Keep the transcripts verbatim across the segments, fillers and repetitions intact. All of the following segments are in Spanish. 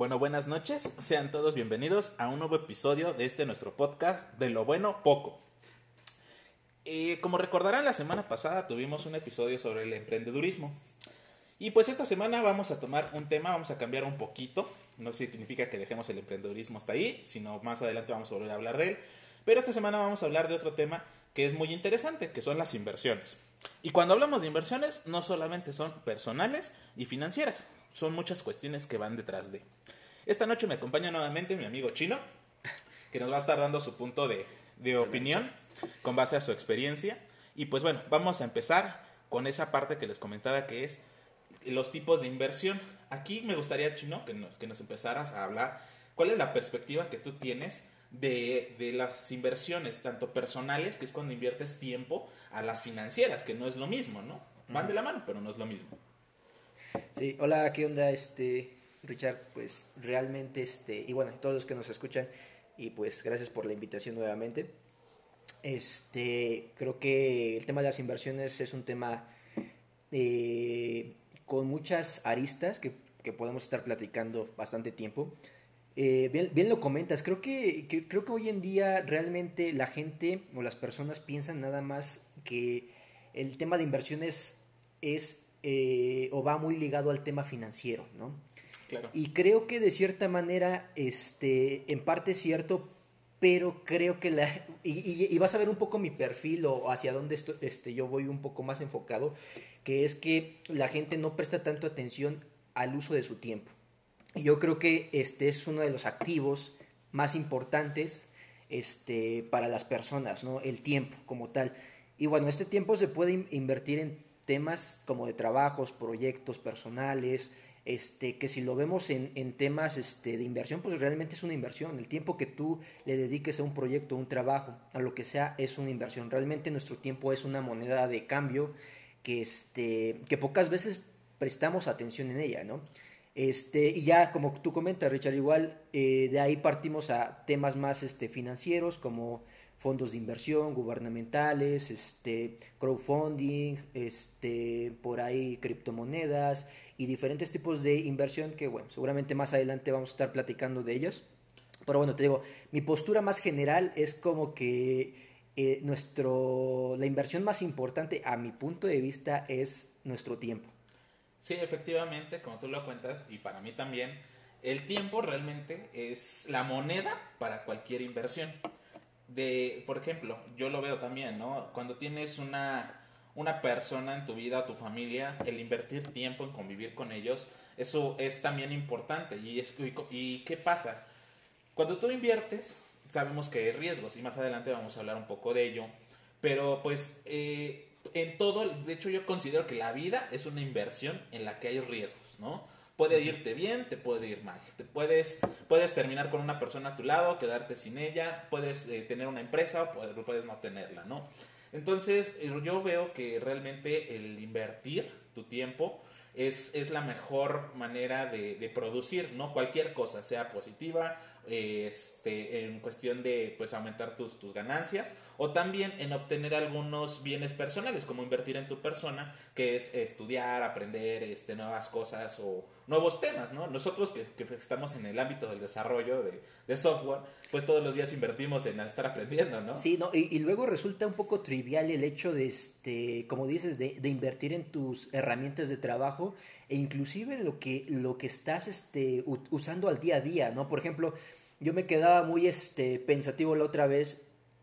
Bueno, buenas noches, sean todos bienvenidos a un nuevo episodio de este nuestro podcast de lo bueno poco. Eh, como recordarán, la semana pasada tuvimos un episodio sobre el emprendedurismo. Y pues esta semana vamos a tomar un tema, vamos a cambiar un poquito. No significa que dejemos el emprendedurismo hasta ahí, sino más adelante vamos a volver a hablar de él. Pero esta semana vamos a hablar de otro tema que es muy interesante, que son las inversiones. Y cuando hablamos de inversiones, no solamente son personales y financieras, son muchas cuestiones que van detrás de. Esta noche me acompaña nuevamente mi amigo Chino, que nos va a estar dando su punto de, de opinión con base a su experiencia. Y pues bueno, vamos a empezar con esa parte que les comentaba, que es los tipos de inversión. Aquí me gustaría, Chino, que nos, que nos empezaras a hablar cuál es la perspectiva que tú tienes de, de las inversiones, tanto personales, que es cuando inviertes tiempo, a las financieras, que no es lo mismo, ¿no? Van de la mano, pero no es lo mismo. Sí, hola, ¿qué onda, este, Richard? Pues realmente, este, y bueno, todos los que nos escuchan, y pues gracias por la invitación nuevamente. Este, creo que el tema de las inversiones es un tema eh, con muchas aristas que, que podemos estar platicando bastante tiempo. Eh, bien, bien lo comentas, creo que, que, creo que hoy en día realmente la gente o las personas piensan nada más que el tema de inversiones es eh, o va muy ligado al tema financiero, ¿no? Claro. Y creo que de cierta manera, este, en parte es cierto, pero creo que la... Y, y, y vas a ver un poco mi perfil o hacia dónde esto, este, yo voy un poco más enfocado, que es que la gente no presta tanto atención al uso de su tiempo. Y yo creo que este es uno de los activos más importantes este, para las personas, ¿no? El tiempo como tal. Y bueno, este tiempo se puede in- invertir en temas como de trabajos, proyectos personales, este, que si lo vemos en, en temas este, de inversión, pues realmente es una inversión. El tiempo que tú le dediques a un proyecto, a un trabajo, a lo que sea, es una inversión. Realmente nuestro tiempo es una moneda de cambio que, este, que pocas veces prestamos atención en ella, ¿no? Este, y ya como tú comentas, Richard, igual eh, de ahí partimos a temas más este, financieros como fondos de inversión, gubernamentales, este, crowdfunding, este, por ahí criptomonedas y diferentes tipos de inversión que, bueno, seguramente más adelante vamos a estar platicando de ellas. Pero bueno, te digo, mi postura más general es como que eh, nuestro, la inversión más importante a mi punto de vista es nuestro tiempo. Sí, efectivamente, como tú lo cuentas, y para mí también, el tiempo realmente es la moneda para cualquier inversión. De, por ejemplo, yo lo veo también, ¿no? Cuando tienes una, una persona en tu vida, tu familia, el invertir tiempo en convivir con ellos, eso es también importante. ¿Y, es, y, y qué pasa? Cuando tú inviertes, sabemos que hay riesgos, y más adelante vamos a hablar un poco de ello, pero pues eh, en todo, de hecho yo considero que la vida es una inversión en la que hay riesgos, ¿no? Puede irte bien, te puede ir mal. Te puedes, puedes terminar con una persona a tu lado, quedarte sin ella, puedes eh, tener una empresa o puedes, puedes no tenerla, ¿no? Entonces eh, yo veo que realmente el invertir tu tiempo es, es la mejor manera de, de producir, ¿no? Cualquier cosa, sea positiva, este, en cuestión de pues aumentar tus, tus ganancias, o también en obtener algunos bienes personales, como invertir en tu persona, que es estudiar, aprender este, nuevas cosas o nuevos temas, ¿no? Nosotros que, que estamos en el ámbito del desarrollo de, de software, pues todos los días invertimos en estar aprendiendo, ¿no? Sí, no, y, y luego resulta un poco trivial el hecho de, este, como dices, de, de invertir en tus herramientas de trabajo e inclusive en lo que, lo que estás este, u- usando al día a día, ¿no? Por ejemplo, yo me quedaba muy este, pensativo la otra vez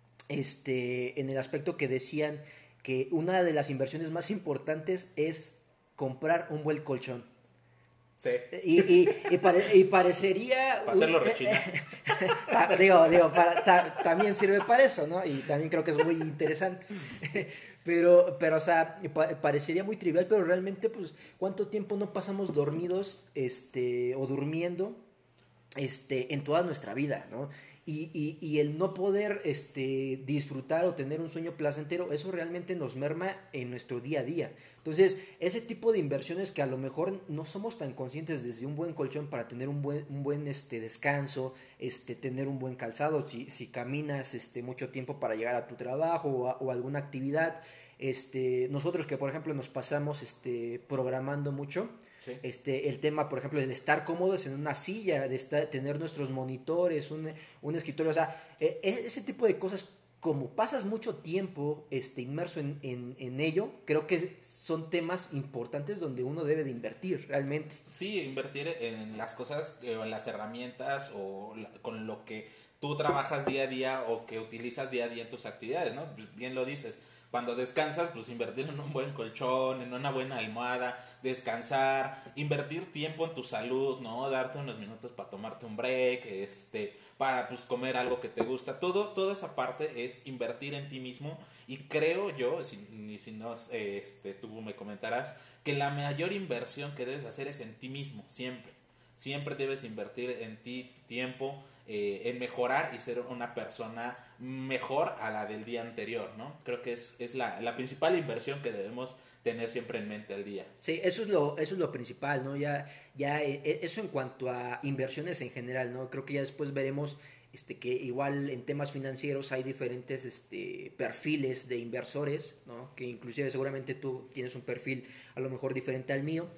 este, en el aspecto que decían que una de las inversiones más importantes es comprar un buen colchón. Sí, Y, y, y, pare- y parecería... para un- hacerlo rechinar. Pa- digo, digo para- ta- también sirve para eso, ¿no? Y también creo que es muy interesante. Pero, pero o sea, pa- parecería muy trivial, pero realmente, pues, ¿cuánto tiempo no pasamos dormidos este, o durmiendo este, en toda nuestra vida, ¿no? Y, y, y el no poder este, disfrutar o tener un sueño placentero, eso realmente nos merma en nuestro día a día. Entonces, ese tipo de inversiones que a lo mejor no somos tan conscientes desde un buen colchón para tener un buen, un buen este, descanso, este, tener un buen calzado, si, si caminas este, mucho tiempo para llegar a tu trabajo o, a, o alguna actividad, este, nosotros que por ejemplo nos pasamos este, programando mucho, Sí. Este, el tema, por ejemplo, de estar cómodos en una silla, de estar, tener nuestros monitores, un, un escritorio, o sea, eh, ese tipo de cosas, como pasas mucho tiempo este, inmerso en, en, en ello, creo que son temas importantes donde uno debe de invertir realmente. Sí, invertir en las cosas, eh, en las herramientas o la- con lo que tú trabajas día a día o que utilizas día a día en tus actividades, ¿no? Pues bien lo dices. Cuando descansas, pues invertir en un buen colchón, en una buena almohada, descansar, invertir tiempo en tu salud, ¿no? Darte unos minutos para tomarte un break, este, para pues comer algo que te gusta. Todo, toda esa parte es invertir en ti mismo y creo yo, si, si no, eh, este, tú me comentarás, que la mayor inversión que debes hacer es en ti mismo, siempre. Siempre debes invertir en ti tiempo, eh, en mejorar y ser una persona mejor a la del día anterior, ¿no? Creo que es, es la, la principal inversión que debemos tener siempre en mente al día. Sí, eso es lo, eso es lo principal, ¿no? Ya, ya eh, eh, eso en cuanto a inversiones en general, ¿no? Creo que ya después veremos este, que igual en temas financieros hay diferentes este, perfiles de inversores, ¿no? Que inclusive seguramente tú tienes un perfil a lo mejor diferente al mío.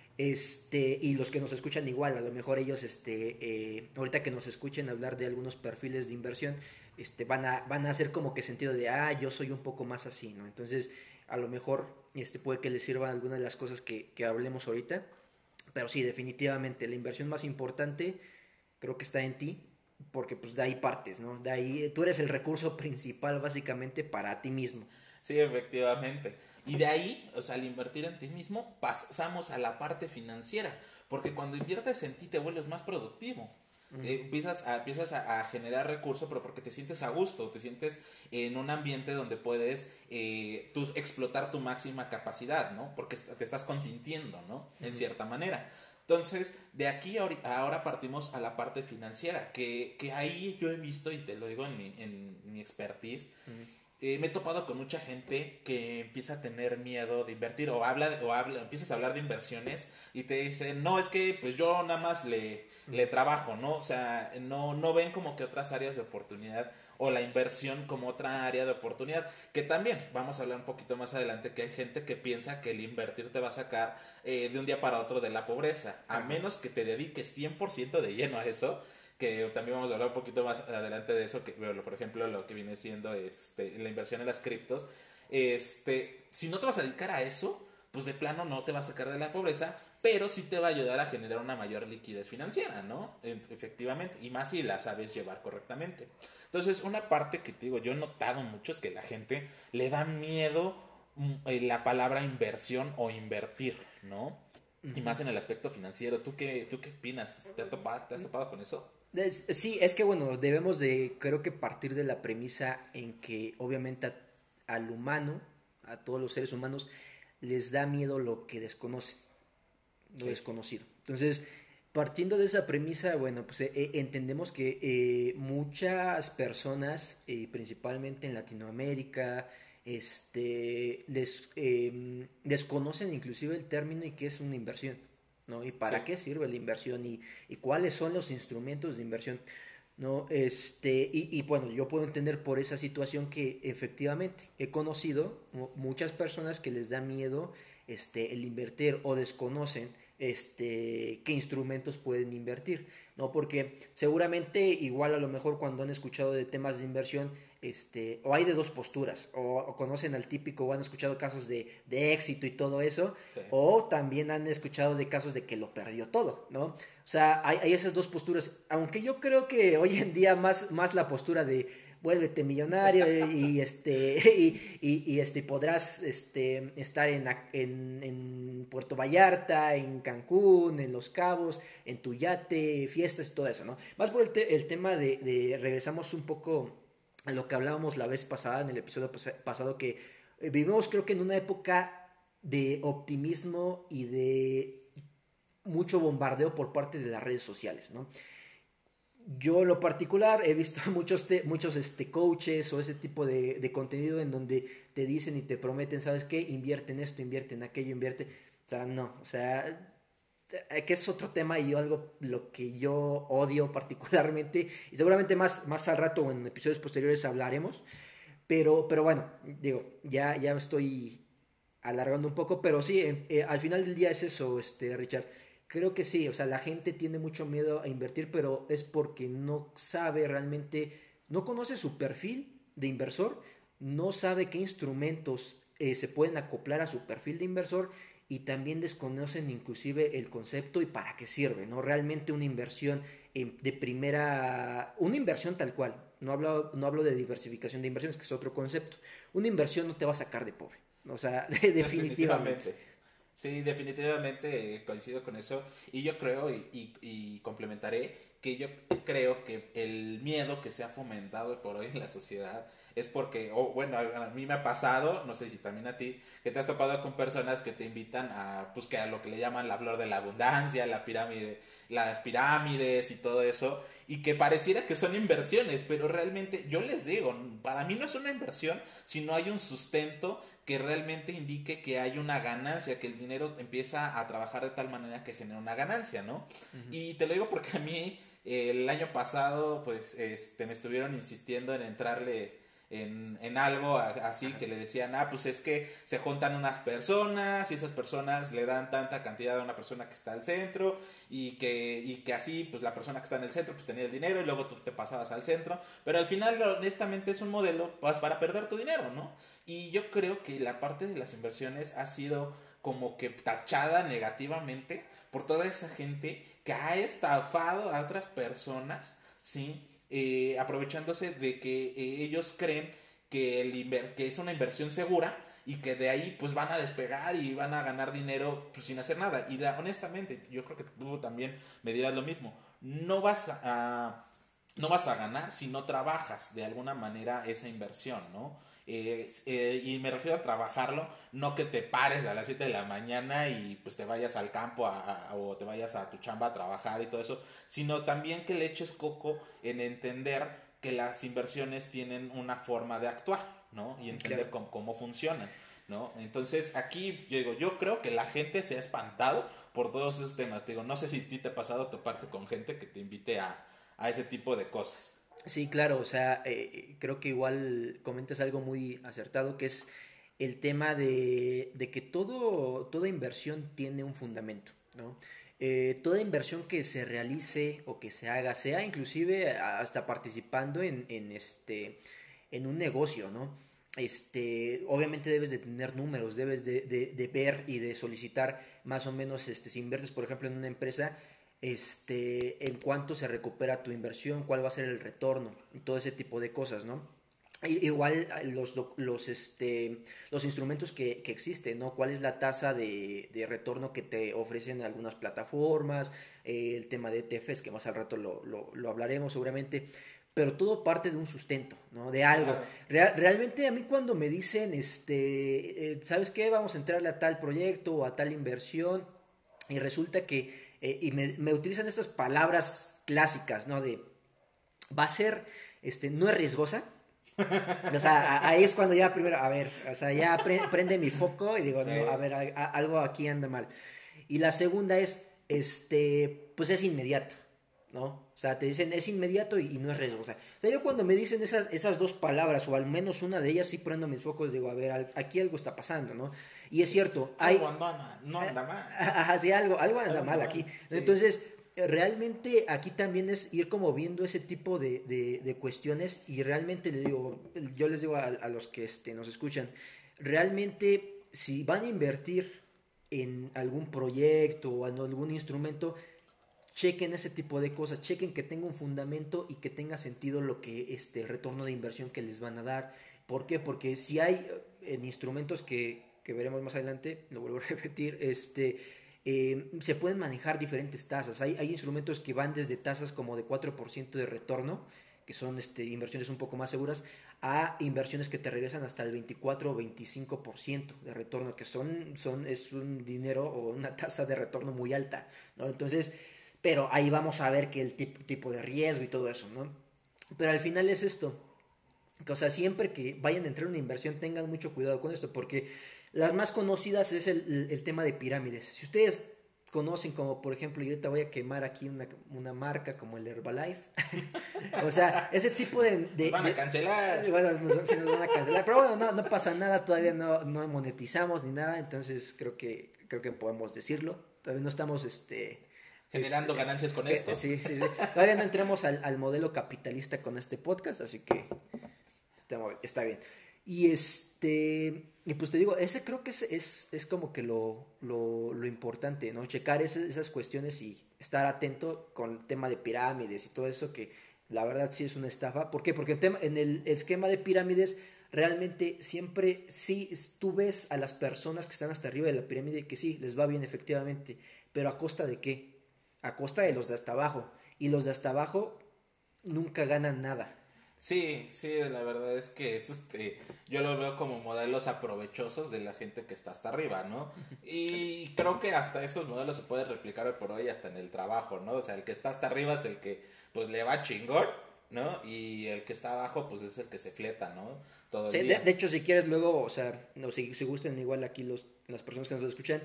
Este, y los que nos escuchan igual, a lo mejor ellos, este, eh, ahorita que nos escuchen hablar de algunos perfiles de inversión, este, van a, van a hacer como que sentido de, ah, yo soy un poco más así, ¿no? Entonces, a lo mejor, este, puede que les sirvan algunas de las cosas que, que hablemos ahorita, pero sí, definitivamente, la inversión más importante creo que está en ti, porque pues de ahí partes, ¿no? De ahí, tú eres el recurso principal básicamente para ti mismo. Sí, efectivamente. Y de ahí, o sea, al invertir en ti mismo, pasamos a la parte financiera. Porque cuando inviertes en ti te vuelves más productivo. Eh, empiezas a, empiezas a, a generar recursos, pero porque te sientes a gusto, te sientes en un ambiente donde puedes eh, tú explotar tu máxima capacidad, ¿no? Porque est- te estás consintiendo, ¿no? En cierta manera. Entonces, de aquí ahori- ahora partimos a la parte financiera, que, que ahí yo he visto, y te lo digo en mi, en mi expertise, eh, me he topado con mucha gente que empieza a tener miedo de invertir o habla o habla, empiezas a hablar de inversiones y te dicen, no, es que pues yo nada más le, le trabajo, ¿no? O sea, no, no ven como que otras áreas de oportunidad o la inversión como otra área de oportunidad, que también vamos a hablar un poquito más adelante, que hay gente que piensa que el invertir te va a sacar eh, de un día para otro de la pobreza, a Ajá. menos que te dediques cien por ciento de lleno a eso, que también vamos a hablar un poquito más adelante de eso, que bueno, por ejemplo lo que viene siendo este, la inversión en las criptos, este, si no te vas a dedicar a eso, pues de plano no te va a sacar de la pobreza, pero sí te va a ayudar a generar una mayor liquidez financiera, ¿no? E- Efectivamente, y más si la sabes llevar correctamente. Entonces, una parte que te digo, yo he notado mucho es que la gente le da miedo mm, eh, la palabra inversión o invertir, ¿no? Y más en el aspecto financiero. ¿Tú qué, tú qué opinas? ¿Te, ha topado, ¿Te has topado con eso? Es- sí, es que bueno, debemos de, creo que partir de la premisa en que obviamente a- al humano, a todos los seres humanos, les da miedo lo que desconocen, lo Sí. desconocido. Entonces, partiendo de esa premisa, bueno, pues eh, eh, entendemos que eh, muchas personas, eh, principalmente en Latinoamérica, este, les, eh, desconocen inclusive el término y qué es una inversión, ¿no? Y Sí. para qué sirve la inversión y, y cuáles son los instrumentos de inversión. ¿No? Este, y, y bueno, yo puedo entender por esa situación que efectivamente he conocido mu- muchas personas que les da miedo este, el invertir o desconocen este, qué instrumentos pueden invertir, ¿no? Porque seguramente igual a lo mejor cuando han escuchado de temas de inversión, este, o hay de dos posturas, o, o conocen al típico o han escuchado casos de, de éxito y todo eso, Sí. o también han escuchado de casos de que lo perdió todo, ¿no? O sea, hay, hay esas dos posturas, aunque yo creo que hoy en día más, más la postura de vuélvete millonario y este y, y, y, este podrás este estar en, en, en Puerto Vallarta, en Cancún, en Los Cabos, en tu yate, fiestas y todo eso, ¿no? Más por el, te, el tema de, de regresamos un poco a lo que hablábamos la vez pasada en el episodio pas pasado, que eh, vivimos creo que en una época de optimismo y de mucho bombardeo por parte de las redes sociales, ¿no? Yo en lo particular he visto muchos, te, muchos este, coaches o ese tipo de, de contenido en donde te dicen y te prometen, ¿sabes qué? Invierte en esto, invierte en aquello, invierte. O sea, no, o sea, que es otro tema y algo lo que yo odio particularmente y seguramente más, más al rato o en episodios posteriores hablaremos, pero, pero bueno, digo, ya, ya estoy alargando un poco, pero sí, eh, eh, al final del día es eso, este, Richard. Creo que sí, o sea, la gente tiene mucho miedo a invertir, pero es porque no sabe realmente, no conoce su perfil de inversor, no sabe qué instrumentos eh, se pueden acoplar a su perfil de inversor y también desconocen inclusive el concepto y para qué sirve, ¿no? Realmente una inversión eh, de primera, una inversión tal cual, no hablo, no hablo de diversificación de inversiones, que es otro concepto. Una inversión no te va a sacar de pobre, o sea, definitivamente. Definitivamente. Sí, definitivamente eh, coincido con eso. Y yo creo, y, y, y complementaré, que yo creo que el miedo que se ha fomentado por hoy en la sociedad es porque, o bueno, a, a mí me ha pasado, no sé si también a ti, que te has topado con personas que te invitan a, pues que a lo que le llaman la flor de la abundancia, la pirámide, las pirámides y todo eso, y que pareciera que son inversiones, pero realmente yo les digo, para mí no es una inversión si no hay un sustento que realmente indique que hay una ganancia, que el dinero empieza a trabajar de tal manera que genera una ganancia, ¿no? Uh-huh. Y te lo digo porque a mí eh, el año pasado, pues, este, me estuvieron insistiendo en entrarle en, en algo así, que le decían, ah, pues es que se juntan unas personas y esas personas le dan tanta cantidad a una persona que está al centro y que, y que así, pues la persona que está en el centro pues tenía el dinero y luego tú te pasabas al centro, pero al final honestamente es un modelo pues, para perder tu dinero, ¿no? Y yo creo que la parte de las inversiones ha sido como que tachada negativamente por toda esa gente que ha estafado a otras personas, ¿sí? Eh, aprovechándose de que eh, ellos creen que, el inver- que es una inversión segura y que de ahí pues van a despegar y van a ganar dinero pues, sin hacer nada. Y la, honestamente, yo creo que tú también me dirás lo mismo. No vas a, no vas a ganar si no trabajas de alguna manera esa inversión, ¿no? Eh, eh, y me refiero a trabajarlo, no que te pares a las siete de la mañana y pues te vayas al campo a, a, o te vayas a tu chamba a trabajar y todo eso, sino también que le eches coco en entender que las inversiones tienen una forma de actuar, ¿no? Y entender claro. cómo, cómo funcionan, ¿no? Entonces aquí yo digo, yo creo que la gente se ha espantado por todos esos temas. Te digo, no sé si a ti te ha pasado toparte con gente que te invite a, a ese tipo de cosas. Sí, claro, o sea, eh, creo que igual comentas algo muy acertado, que es el tema de, de que todo, toda inversión tiene un fundamento, ¿no? Eh, toda inversión que se realice o que se haga, sea inclusive hasta participando en, en, este, en un negocio, ¿no? Este, obviamente debes de tener números, debes de, de, de ver y de solicitar más o menos, este, si inviertes, por ejemplo, en una empresa, este, en cuánto se recupera tu inversión, cuál va a ser el retorno y todo ese tipo de cosas, ¿no? Y, igual los, los, este, los instrumentos que, que existen, ¿no? ¿Cuál es la tasa de, de retorno que te ofrecen algunas plataformas? Eh, el tema de E T Fs, que más al rato lo, lo, lo hablaremos seguramente. Pero todo parte de un sustento, ¿no? De algo. Claro. Real, realmente a mí cuando me dicen, este, eh, ¿sabes qué? Vamos a entrarle a tal proyecto o a tal inversión y resulta que Eh, y me, me utilizan estas palabras clásicas, ¿no? De, va a ser, este, no es riesgosa. O sea, ahí es cuando ya primero, a ver, o sea, ya pre, prende mi foco y digo, sí. no, a ver, a, a, algo aquí anda mal. Y la segunda es, este, pues es inmediato, ¿no? O sea, te dicen es inmediato y, y no es riesgosa. O sea, yo cuando me dicen esas, esas dos palabras, o al menos una de ellas, sí prendo mis focos y digo, a ver, aquí algo está pasando, ¿no? Y es cierto. Hay, algo anda, no anda mal. Ajá, sí, algo, algo anda algo mal aquí. Mal, sí. Entonces, realmente aquí también es ir como viendo ese tipo de, de, de cuestiones y realmente le digo, yo les digo a, a los que este, nos escuchan, realmente si van a invertir en algún proyecto o en algún instrumento, chequen ese tipo de cosas, chequen que tenga un fundamento y que tenga sentido lo que este el retorno de inversión que les van a dar. ¿Por qué? Porque si hay en instrumentos que, que veremos más adelante, lo vuelvo a repetir, este, eh, se pueden manejar diferentes tasas. Hay, hay instrumentos que van desde tasas como de cuatro por ciento de retorno, que son este, inversiones un poco más seguras, a inversiones que te regresan hasta el veinticuatro o veinticinco por ciento de retorno, que son, son, es un dinero o una tasa de retorno muy alta, ¿no? Entonces, pero ahí vamos a ver que el tipo, tipo de riesgo y todo eso, ¿no? Pero al final es esto. O sea, siempre que vayan a entrar en una inversión, tengan mucho cuidado con esto, porque las más conocidas es el, el tema de pirámides. Si ustedes conocen, como por ejemplo, yo ahorita voy a quemar aquí una, una marca como el Herbalife. O sea, ese tipo de... de nos van a de, cancelar. Bueno, nos, sí nos van a cancelar. Pero bueno, no, no pasa nada, todavía no, no monetizamos ni nada, entonces creo que, creo que podemos decirlo. Todavía no estamos... este generando este, ganancias con eh, esto. Sí, sí, sí. Todavía no entremos al, al modelo capitalista con este podcast, así que está, está bien. Y este, y pues te digo, ese creo que es, es, es como que lo, lo, lo importante, ¿no? Checar ese, esas cuestiones y estar atento con el tema de pirámides y todo eso, que la verdad sí es una estafa. ¿Por qué? Porque el tema, en el esquema de pirámides, realmente siempre sí tú ves a las personas que están hasta arriba de la pirámide que sí, les va bien efectivamente, pero ¿a costa de qué? A costa de los de hasta abajo. Y los de hasta abajo nunca ganan nada. Sí, sí, la verdad es que es este, yo lo veo como modelos aprovechosos de la gente que está hasta arriba, ¿no? Y creo que hasta esos modelos se pueden replicar hoy por hoy hasta en el trabajo, ¿no? O sea, el que está hasta arriba es el que pues le va chingón, ¿no? Y el que está abajo pues es el que se fleta, ¿no? Todo el Sí, día. de, de hecho, si quieres luego, o sea, no, si, si gustan igual aquí los, las personas que nos escuchan,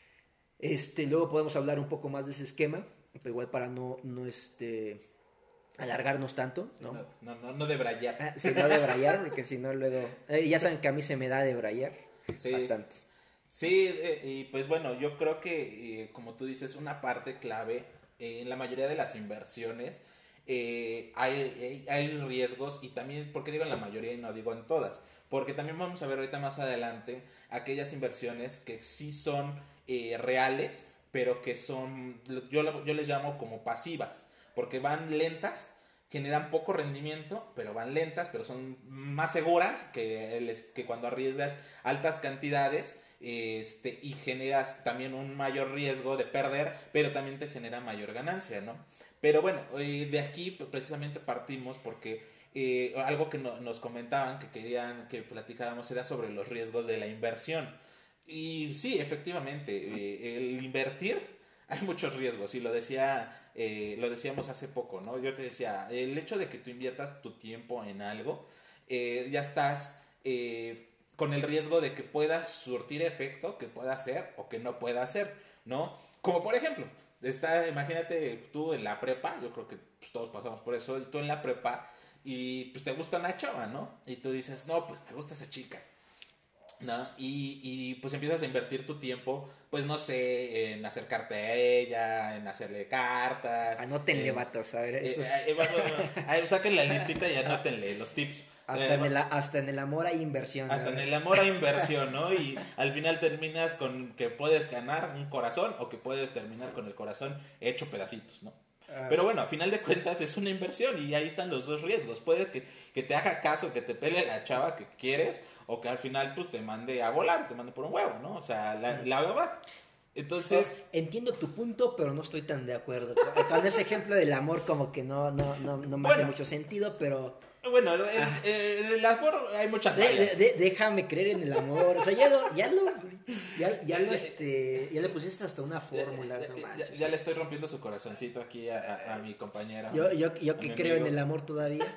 este, luego podemos hablar un poco más de ese esquema, pero igual para no, no este, alargarnos tanto, ¿no? No, no, no, no de brayar. Ah, si no de brayar, porque si no luego, eh, ya saben que a mí se me da de brayar Sí. bastante. Sí, eh, y pues bueno, yo creo que, eh, como tú dices, una parte clave eh, en la mayoría de las inversiones eh, hay, hay, hay riesgos y también, ¿por qué digo en la mayoría y no digo en todas? Porque también vamos a ver ahorita más adelante aquellas inversiones que sí son eh, reales, pero que son, yo, yo les llamo como pasivas, porque van lentas, generan poco rendimiento, pero van lentas, pero son más seguras que, el, que cuando arriesgas altas cantidades este, y generas también un mayor riesgo de perder, pero también te genera mayor ganancia, ¿no? Pero bueno, eh, de aquí precisamente partimos porque eh, algo que no, nos comentaban que querían que platicáramos era sobre los riesgos de la inversión. Y sí, efectivamente, eh, el invertir hay muchos riesgos y lo decía eh, lo decíamos hace poco, ¿no? Yo te decía, el hecho de que tú inviertas tu tiempo en algo, eh, ya estás eh, con el riesgo de que pueda surtir efecto, que pueda hacer o que no pueda hacer, ¿no? Como por ejemplo, está, imagínate tú en la prepa, yo creo que pues, todos pasamos por eso, tú en la prepa y pues te gusta una chava, ¿no? Y tú dices, no, pues me gusta esa chica. ¿No? Y, y pues empiezas a invertir tu tiempo, pues no sé, en acercarte a ella, en hacerle cartas. Anótenle, en, vatos, a ver, eh, estos... eh, bueno, eh, saquen la listita y anótenle los tips. Hasta, Eh, en el, hasta en el amor hay inversión. hasta en el amor hay inversión, ¿no? Y al final terminas con que puedes ganar un corazón o que puedes terminar con el corazón hecho pedacitos, ¿no? Pero bueno, a final de cuentas es una inversión y ahí están los dos riesgos. Puede que, que te haga caso, que te pele la chava que quieres o que al final pues te mande a volar, te mande por un huevo, ¿no? O sea, la, la verdad. Entonces... Entiendo tu punto, pero no estoy tan de acuerdo. Con ese ejemplo del amor como que no, no, no, no me bueno, hace mucho sentido, pero... Bueno, en, ah. en el amor hay muchas de, de, de, déjame creer en el amor. O sea, ya lo, ya lo, ya, ya lo, este, ya le pusiste hasta una fórmula. Ya, no ya, ya le estoy rompiendo su corazoncito aquí a, a, a mi compañera. Yo, yo, yo que creo amigo. En el amor todavía.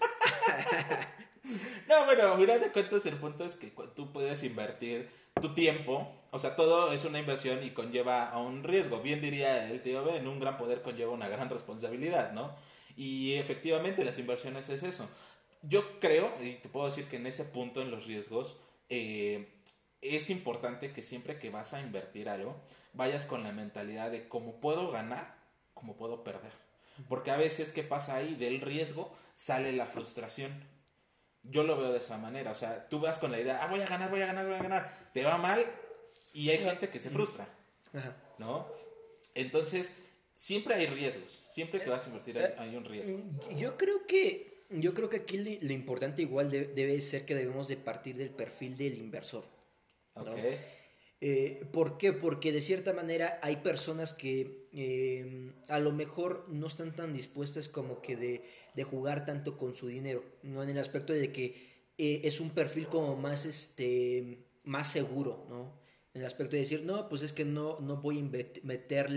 No, bueno, a final de cuentas el punto es que tú puedes invertir tu tiempo, o sea, todo es una inversión y conlleva a un riesgo. Bien diría el tío Ben, un gran poder conlleva una gran responsabilidad, ¿no? Y efectivamente las inversiones es eso. Yo creo, y te puedo decir que en ese punto en los riesgos, eh, es importante que siempre que vas a invertir algo, vayas con la mentalidad de cómo puedo ganar, cómo puedo perder. Porque a veces, ¿qué pasa ahí? Del riesgo sale la frustración. Yo lo veo de esa manera, o sea, tú vas con la idea, ah, voy a ganar, voy a ganar, voy a ganar. Te va mal y hay gente que se frustra, ¿no? Entonces, siempre hay riesgos. Siempre que vas a invertir hay, hay un riesgo. Yo creo que... Yo creo que aquí lo importante igual debe, debe ser que debemos de partir del perfil del inversor, ¿no? Okay. Eh, ¿Por qué? Porque de cierta manera hay personas que eh, a lo mejor no están tan dispuestas como que de, de jugar tanto con su dinero, ¿no? En el aspecto de que eh, es un perfil como más, este, más seguro, ¿no? En el aspecto de decir, no, pues es que no, no voy a meterle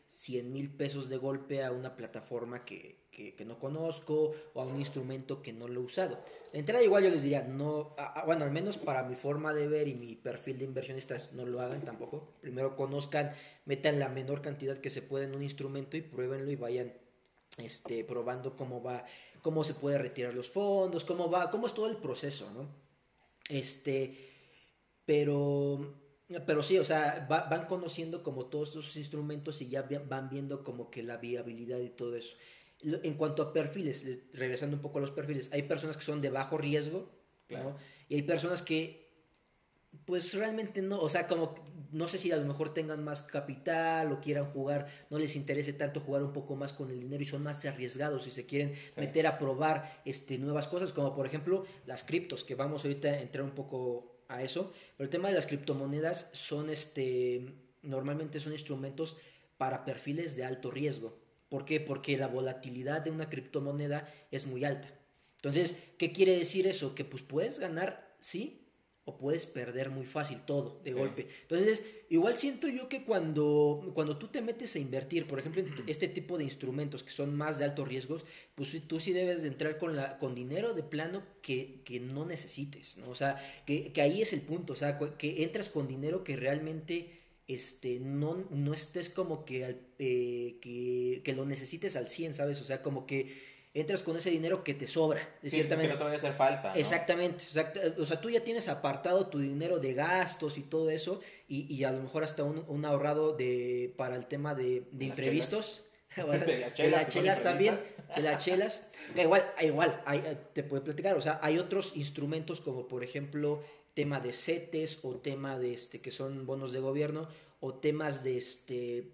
cien mil pesos de golpe a una plataforma que, que, que no conozco o a un instrumento que no lo he usado. De entrada igual yo les diría, no, a, a, bueno, al menos para mi forma de ver y mi perfil de inversionistas, no lo hagan tampoco. Primero conozcan, metan la menor cantidad que se pueda en un instrumento y pruébenlo y vayan este, probando cómo va, cómo se puede retirar los fondos, cómo va, cómo es todo el proceso, ¿no? Este, pero, pero sí, o sea, va, van conociendo como todos esos instrumentos y ya van viendo como que la viabilidad y todo eso. En cuanto a perfiles, regresando un poco a los perfiles, hay personas que son de bajo riesgo, claro, ¿no? Y hay personas que pues realmente no, o sea, como no sé si a lo mejor tengan más capital o quieran jugar, no les interese tanto jugar un poco más con el dinero y son más arriesgados y se quieren sí. meter a probar este, nuevas cosas, como por ejemplo las criptos, que vamos ahorita a entrar un poco a eso, pero el tema de las criptomonedas son este, normalmente son instrumentos para perfiles de alto riesgo. ¿Por qué? Porque la volatilidad de una criptomoneda es muy alta. Entonces, ¿qué quiere decir eso? Que pues puedes ganar, sí, o puedes perder muy fácil todo de sí. golpe. Entonces, igual siento yo que cuando, cuando tú te metes a invertir, por ejemplo, en este tipo de instrumentos que son más de altos riesgos, pues tú sí debes de entrar con, la, con dinero de plano que, que no necesites, ¿no? O sea, que, que ahí es el punto, o sea, que entras con dinero que realmente este, no, no estés como que, eh, que, que lo necesites al cien, ¿sabes? O sea, como que entras con ese dinero que te sobra, de sí, cierta manera. Que no te vaya a hacer falta, ¿no? Exactamente, exact, o sea, tú ya tienes apartado tu dinero de gastos y todo eso, y, y a lo mejor hasta un, un ahorrado de para el tema de, de imprevistos. Chelas. de las chelas, de las chelas también, de las chelas. Que igual, igual, hay, te puede platicar, o sea, hay otros instrumentos como por ejemplo tema de CETES o tema de este que son bonos de gobierno o temas de este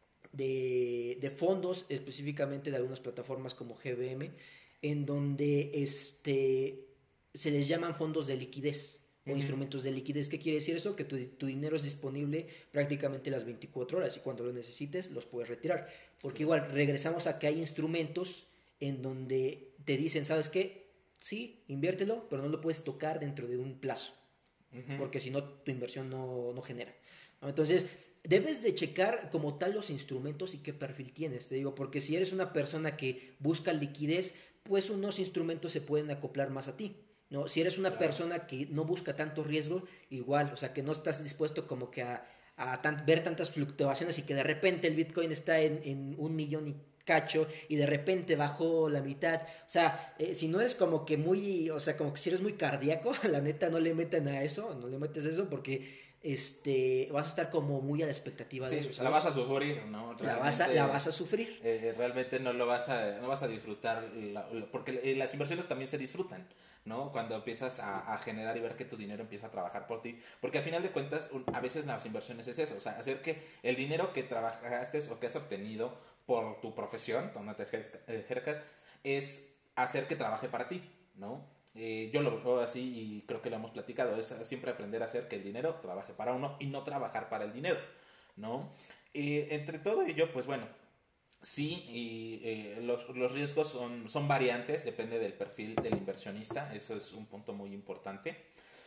De, de fondos, específicamente de algunas plataformas como G B M, en donde este, se les llaman fondos de liquidez o uh-huh. instrumentos de liquidez. ¿Qué quiere decir eso? Que tu, tu dinero es disponible prácticamente las veinticuatro horas y cuando lo necesites los puedes retirar. Porque igual regresamos a que hay instrumentos en donde te dicen, ¿sabes qué? Sí, inviértelo, pero no lo puedes tocar dentro de un plazo, uh-huh. porque si no tu inversión no, no genera, ¿no? Entonces debes de checar como tal los instrumentos y qué perfil tienes, te digo, porque si eres una persona que busca liquidez, pues unos instrumentos se pueden acoplar más a ti, ¿no? Si eres una claro. persona que no busca tanto riesgo, igual, o sea, que no estás dispuesto como que a, a tan, ver tantas fluctuaciones y que de repente el Bitcoin está en, en un millón y cacho y de repente bajó la mitad, o sea, eh, si no eres como que muy, o sea, como que si eres muy cardíaco, la neta no le metan a eso, no le metes a eso porque este, vas a estar como muy a la expectativa sí, de eso, ¿sabes? La vas a sufrir, ¿no? La vas a, la vas a sufrir. Eh, realmente no lo vas a, no vas a disfrutar, la, la, porque las inversiones también se disfrutan, ¿no? Cuando empiezas a, a generar y ver que tu dinero empieza a trabajar por ti, porque al final de cuentas, a veces las inversiones es eso, o sea, hacer que el dinero que trabajaste o que has obtenido por tu profesión, donde te ejercas, es hacer que trabaje para ti, ¿no? Eh, yo lo veo así y creo que lo hemos platicado, es siempre aprender a hacer que el dinero trabaje para uno y no trabajar para el dinero, ¿no? Eh, entre todo ello, pues bueno, sí, y, eh, los, los riesgos son, son variantes, depende del perfil del inversionista, eso es un punto muy importante.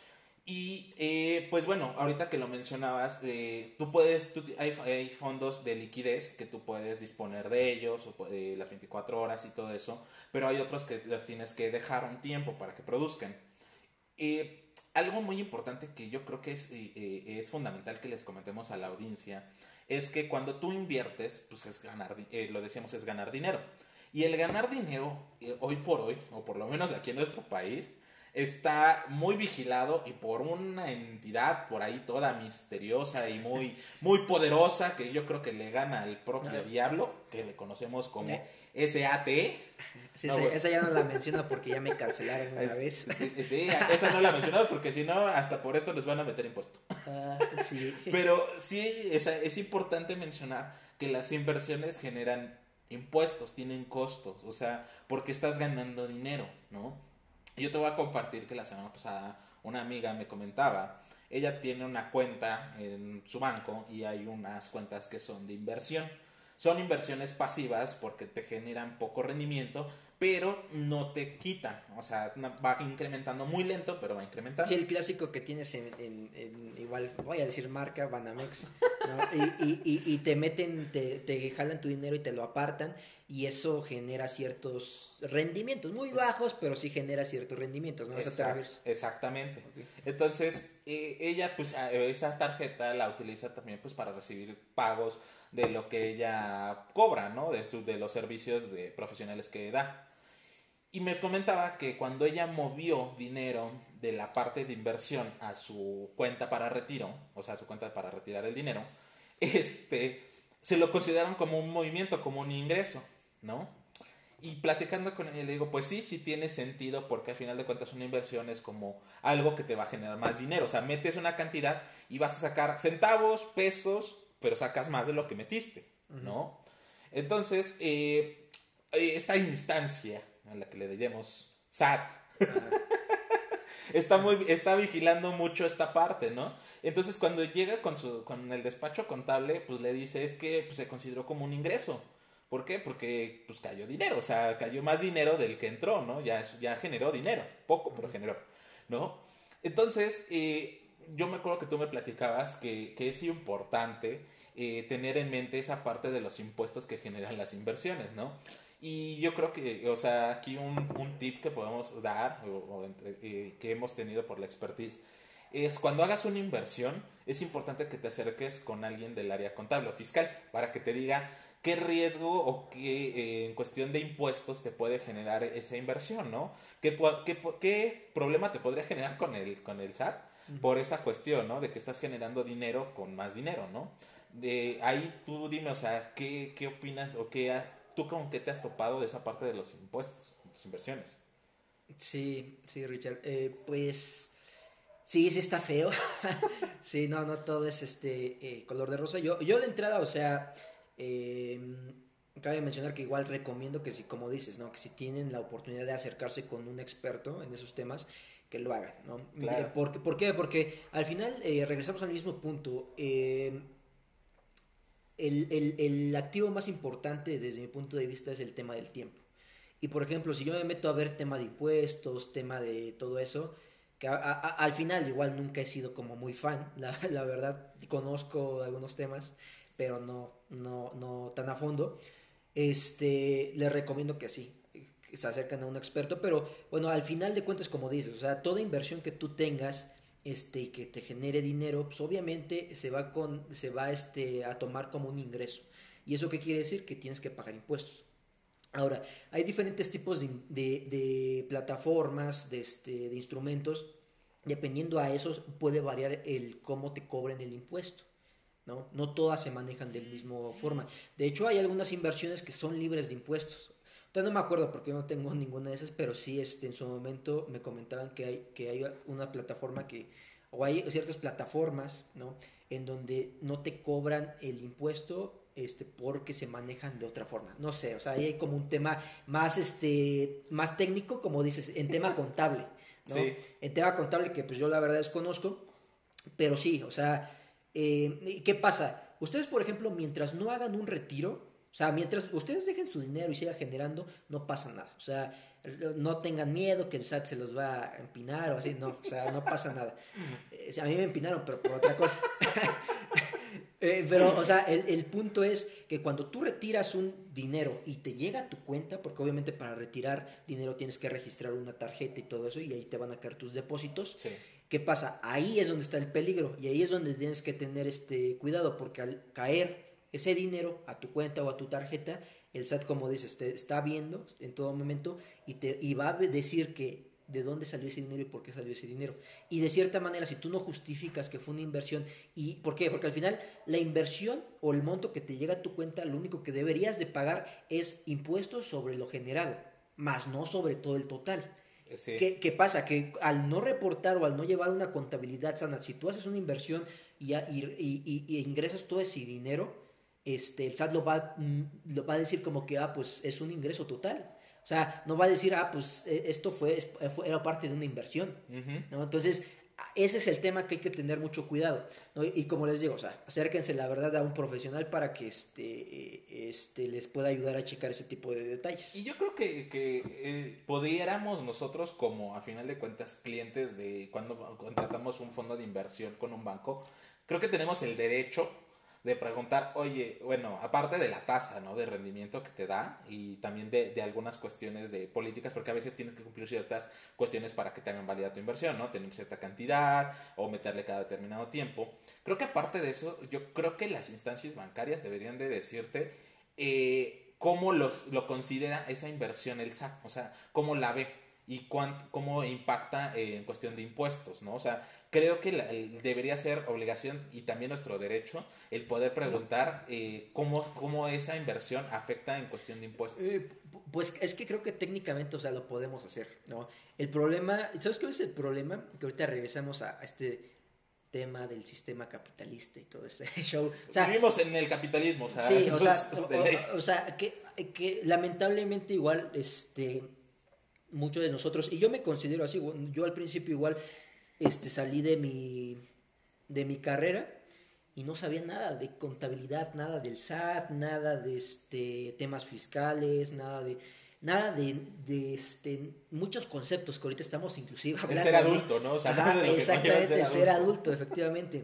Y eh, pues bueno, ahorita que lo mencionabas, eh, tú puedes, tú, hay, hay fondos de liquidez que tú puedes disponer de ellos, o eh, las veinticuatro horas y todo eso, pero hay otros que los tienes que dejar un tiempo para que produzcan. Eh, algo muy importante que yo creo que es, eh, es fundamental que les comentemos a la audiencia, es que cuando tú inviertes, pues es ganar, eh, lo decíamos, es ganar dinero. Y el ganar dinero, eh, hoy por hoy, o por lo menos aquí en nuestro país, está muy vigilado y por una entidad por ahí toda misteriosa y muy, muy poderosa que yo creo que le gana al propio no. diablo, que le conocemos como ¿Eh? S A T. Sí, no, esa, bueno. esa ya no la menciono porque ya me cancelaron una vez. Sí, sí, esa no la mencionamos porque si no, hasta por esto nos van a meter impuesto. Ah, sí. Pero sí, es, es importante mencionar que las inversiones generan impuestos, tienen costos, o sea, porque estás ganando dinero, ¿no? Yo te voy a compartir que la semana pasada una amiga me comentaba, ella tiene una cuenta en su banco y hay unas cuentas que son de inversión. Son inversiones pasivas porque te generan poco rendimiento, pero no te quitan, o sea, va incrementando muy lento, pero va incrementando. Sí, el clásico que tienes en, en, en igual, voy a decir marca, Banamex, ¿no? y, y, y, y te meten, te, te jalan tu dinero y te lo apartan, y eso genera ciertos rendimientos, muy bajos, pero sí genera ciertos rendimientos, ¿no? Exact, exactamente. Okay. Entonces, eh, ella, pues, esa tarjeta la utiliza también, pues, para recibir pagos de lo que ella cobra, ¿no? De, su, de los servicios de profesionales que da. Y me comentaba que cuando ella movió dinero de la parte de inversión a su cuenta para retiro, o sea, a su cuenta para retirar el dinero, este, se lo consideraron como un movimiento, como un ingreso, ¿no? Y platicando con ella le digo, pues sí, sí tiene sentido, porque al final de cuentas una inversión es como algo que te va a generar más dinero. O sea, metes una cantidad y vas a sacar centavos, pesos, pero sacas más de lo que metiste, ¿no? Uh-huh. Entonces, eh, esta instancia a la que le diremos S A T, uh-huh. está, muy, está vigilando mucho esta parte, ¿no? Entonces, cuando llega con, su, con el despacho contable, pues le dice, es que pues, se consideró como un ingreso. ¿Por qué? Porque pues cayó dinero, o sea, cayó más dinero del que entró, ¿no? Ya, ya generó dinero, poco, pero generó, ¿no? Entonces, eh, yo me acuerdo que tú me platicabas que, que es importante eh, tener en mente esa parte de los impuestos que generan las inversiones, ¿no? Y yo creo que, o sea, aquí un, un tip que podemos dar, o, o entre, eh, que hemos tenido por la expertise, es cuando hagas una inversión, es importante que te acerques con alguien del área contable o fiscal, para que te diga qué riesgo o qué eh, en cuestión de impuestos te puede generar esa inversión, ¿no? ¿Qué, qué, qué problema te podría generar con el, con el S A T? Uh-huh. Por esa cuestión, ¿no? De que estás generando dinero con más dinero, ¿no? De ahí tú dime, o sea, ¿qué, qué opinas o qué, tú con qué te has topado de esa parte de los impuestos, de tus inversiones? Sí, sí, Richard. Eh, pues sí, sí está feo. Sí, no, no todo es este eh, color de rosa. Yo, yo de entrada, o sea... Eh, cabe mencionar que igual recomiendo que si, como dices, ¿no? Que si tienen la oportunidad de acercarse con un experto en esos temas, que lo hagan, ¿no? Claro. ¿Por, ¿por qué? Porque al final eh, regresamos al mismo punto. Eh, el, el, el activo más importante desde mi punto de vista es el tema del tiempo. Y por ejemplo, si yo me meto a ver tema de impuestos, tema de todo eso, que a, a, al final igual nunca he sido como muy fan, la, la verdad, conozco algunos temas, pero no, no, no tan a fondo. Este, les recomiendo que sí, que se acerquen a un experto, pero bueno, al final de cuentas, como dices, o sea, toda inversión que tú tengas este, y que te genere dinero, pues obviamente se va, con, se va este, a tomar como un ingreso. ¿Y eso qué quiere decir? Que tienes que pagar impuestos. Ahora, hay diferentes tipos de, de, de plataformas, de, este, de instrumentos. Dependiendo a esos puede variar el cómo te cobren el impuesto. ¿No? No todas se manejan de la misma forma. De hecho, hay algunas inversiones que son libres de impuestos. Entonces, no me acuerdo porque no tengo ninguna de esas, pero sí este, en su momento me comentaban que hay, que hay una plataforma que, o hay ciertas plataformas, ¿no? En donde no te cobran el impuesto este, porque se manejan de otra forma. No sé, o sea, ahí hay como un tema más, este, más técnico, como dices, en tema contable, ¿no? Sí. En tema contable que pues yo la verdad desconozco, pero sí, o sea... Eh, ¿Qué pasa? Ustedes, por ejemplo, mientras no hagan un retiro, o sea, mientras ustedes dejen su dinero y siga generando, no pasa nada. O sea, no tengan miedo que el S A T se los va a empinar o así, no, o sea, no pasa nada. Eh, a mí me empinaron, pero por otra cosa. eh, pero, o sea, el, el punto es que cuando tú retiras un dinero y te llega a tu cuenta, porque obviamente para retirar dinero tienes que registrar una tarjeta y todo eso, y ahí te van a caer tus depósitos. Sí. ¿Qué pasa? Ahí es donde está el peligro y ahí es donde tienes que tener este cuidado, porque al caer ese dinero a tu cuenta o a tu tarjeta, el S A T, como dices, te está viendo en todo momento y, te, y va a decir que de dónde salió ese dinero y por qué salió ese dinero. Y de cierta manera, si tú no justificas que fue una inversión, ¿y por qué? Porque al final la inversión o el monto que te llega a tu cuenta, lo único que deberías de pagar es impuestos sobre lo generado, más no sobre todo el total. Sí. ¿Qué, ¿Qué pasa? Que al no reportar o al no llevar una contabilidad sana, si tú haces una inversión y, y, y, y ingresas todo ese dinero, este, el S A T lo va, lo va a decir como que, ah, pues es un ingreso total. O sea, no va a decir, ah, pues esto fue, fue era parte de una inversión, uh-huh. ¿no? Entonces, ese es el tema que hay que tener mucho cuidado, ¿no? Y, y como les digo, o sea, acérquense la verdad a un profesional para que este, eh, este les pueda ayudar a checar ese tipo de detalles. Y yo creo que, que eh, pudiéramos nosotros como a final de cuentas clientes de cuando contratamos un fondo de inversión con un banco, creo que tenemos el derecho de preguntar, oye, bueno, aparte de la tasa, ¿no? De rendimiento que te da y también de, de algunas cuestiones de políticas, porque a veces tienes que cumplir ciertas cuestiones para que te hagan válida tu inversión, ¿no? Tener cierta cantidad o meterle cada determinado tiempo. Creo que aparte de eso, yo creo que las instancias bancarias deberían de decirte eh, cómo los, lo considera esa inversión el S A C, o sea, cómo la ve y cuánto, cómo impacta eh, en cuestión de impuestos, ¿no? O sea, creo que la, el, debería ser obligación y también nuestro derecho el poder preguntar eh, cómo, cómo esa inversión afecta en cuestión de impuestos. Eh, pues es que creo que técnicamente, o sea, lo podemos hacer, ¿no? El problema, ¿sabes cuál es el problema? Que ahorita regresamos a, a este tema del sistema capitalista y todo este show. O sea, vivimos en el capitalismo, o sea, sí, o sea, o, o, o sea que, que lamentablemente igual, este, muchos de nosotros, y yo me considero así, yo al principio igual, este, salí de mi, de mi carrera y no sabía nada de contabilidad, nada del S A T, nada de este, temas fiscales, nada de nada de, de este muchos conceptos que ahorita estamos inclusive hablando. El ser adulto, ¿no? O sea, ajá, de lo exactamente, que el ser adulto. adulto, efectivamente.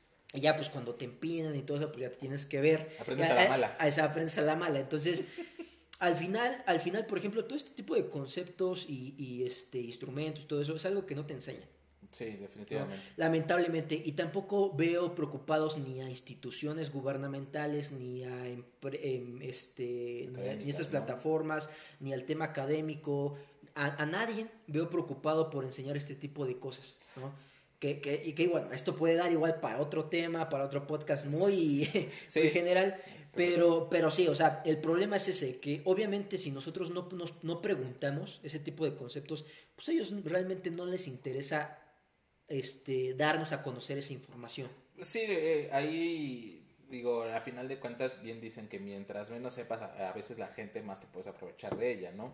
Y ya pues cuando te empinan y todo eso, pues ya te tienes que ver. Aprendes ya, a la mala. A, a, aprendes a la mala. Entonces, al final, al final, por ejemplo, todo este tipo de conceptos y, y este instrumentos, todo eso, es algo que no te enseñan. Sí, definitivamente. ¿No? Lamentablemente, y tampoco veo preocupados ni a instituciones gubernamentales, ni a em, em, este, ni, a, ni estas ¿no? plataformas, ni al tema académico, a, a nadie veo preocupado por enseñar este tipo de cosas, ¿no? Que, que, y que bueno, esto puede dar igual para otro tema, para otro podcast muy, sí. muy general, pero, pero sí, o sea, el problema es ese, que obviamente si nosotros no, nos, no preguntamos ese tipo de conceptos, pues a ellos realmente no les interesa este, darnos a conocer esa información. Sí, eh, ahí digo, a final de cuentas bien dicen que mientras menos sepas, a, a veces la gente más te puedes aprovechar de ella, ¿no?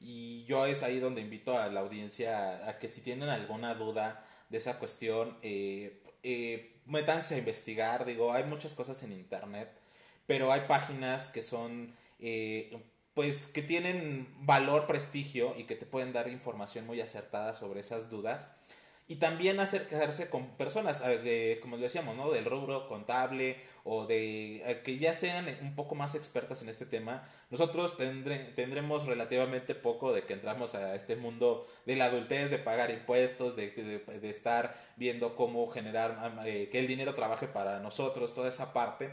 Y yo es ahí donde invito a la audiencia a, a que si tienen alguna duda de esa cuestión, eh, eh, métanse a investigar, digo, hay muchas cosas en internet, pero hay páginas que son, eh, pues, que tienen valor, prestigio y que te pueden dar información muy acertada sobre esas dudas. Y también acercarse con personas, de, como decíamos, ¿no? Del rubro contable o de que ya sean un poco más expertas en este tema. Nosotros tendre, tendremos relativamente poco de que entramos a este mundo de la adultez, de pagar impuestos, de, de, de estar viendo cómo generar, eh, que el dinero trabaje para nosotros, toda esa parte.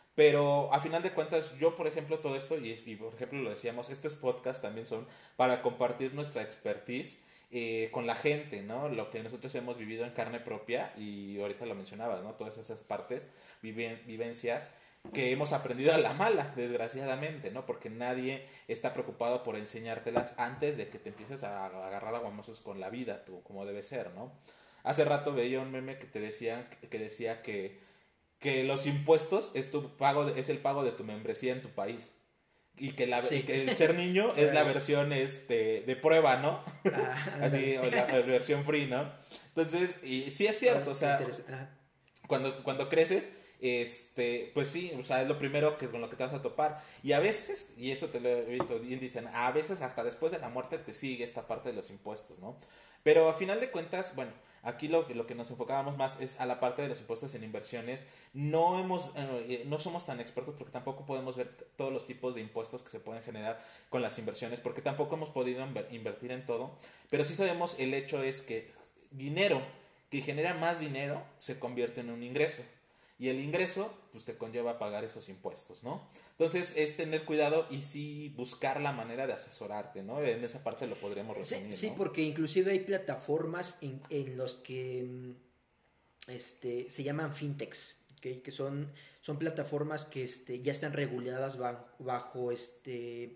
Pero a final de cuentas, yo por ejemplo todo esto, y, y por ejemplo lo decíamos, estos podcasts también son para compartir nuestra expertise eh, con la gente, ¿no? Lo que nosotros hemos vivido en carne propia, y ahorita lo mencionabas, ¿no? Todas esas partes, viven, vivencias que hemos aprendido a la mala, desgraciadamente, ¿no? Porque nadie está preocupado por enseñártelas antes de que te empieces a agarrar aguamazos con la vida, tú, como debe ser, ¿no? Hace rato veía un meme que te decía, que decía que que los impuestos es tu pago de, es el pago de tu membresía en tu país y que la sí. y que el ser niño es la versión este de prueba, ¿no? Ah, así o la, la versión free, ¿no? Entonces, y sí es cierto, ah, o sea, cuando cuando creces este, pues sí, o sea, es lo primero que es con lo que te vas a topar. Y a veces, y eso te lo he visto bien, dicen, a veces hasta después de la muerte te sigue esta parte de los impuestos, ¿no? Pero a final de cuentas, bueno, aquí lo, lo que nos enfocábamos más es a la parte de los impuestos en inversiones. No hemos, eh, no somos tan expertos porque tampoco podemos ver t- todos los tipos de impuestos que se pueden generar con las inversiones, porque tampoco hemos podido inver- invertir en todo. Pero sí sabemos, el hecho es que dinero que genera más dinero se convierte en un ingreso. Y el ingreso, pues te conlleva a pagar esos impuestos, ¿no? Entonces es tener cuidado y sí buscar la manera de asesorarte, ¿no? En esa parte lo podríamos resumir, sí, sí, ¿no? porque inclusive hay plataformas en, en los que este, se llaman fintechs, ¿okay? Que son, son plataformas que este, ya están reguladas bajo, bajo este,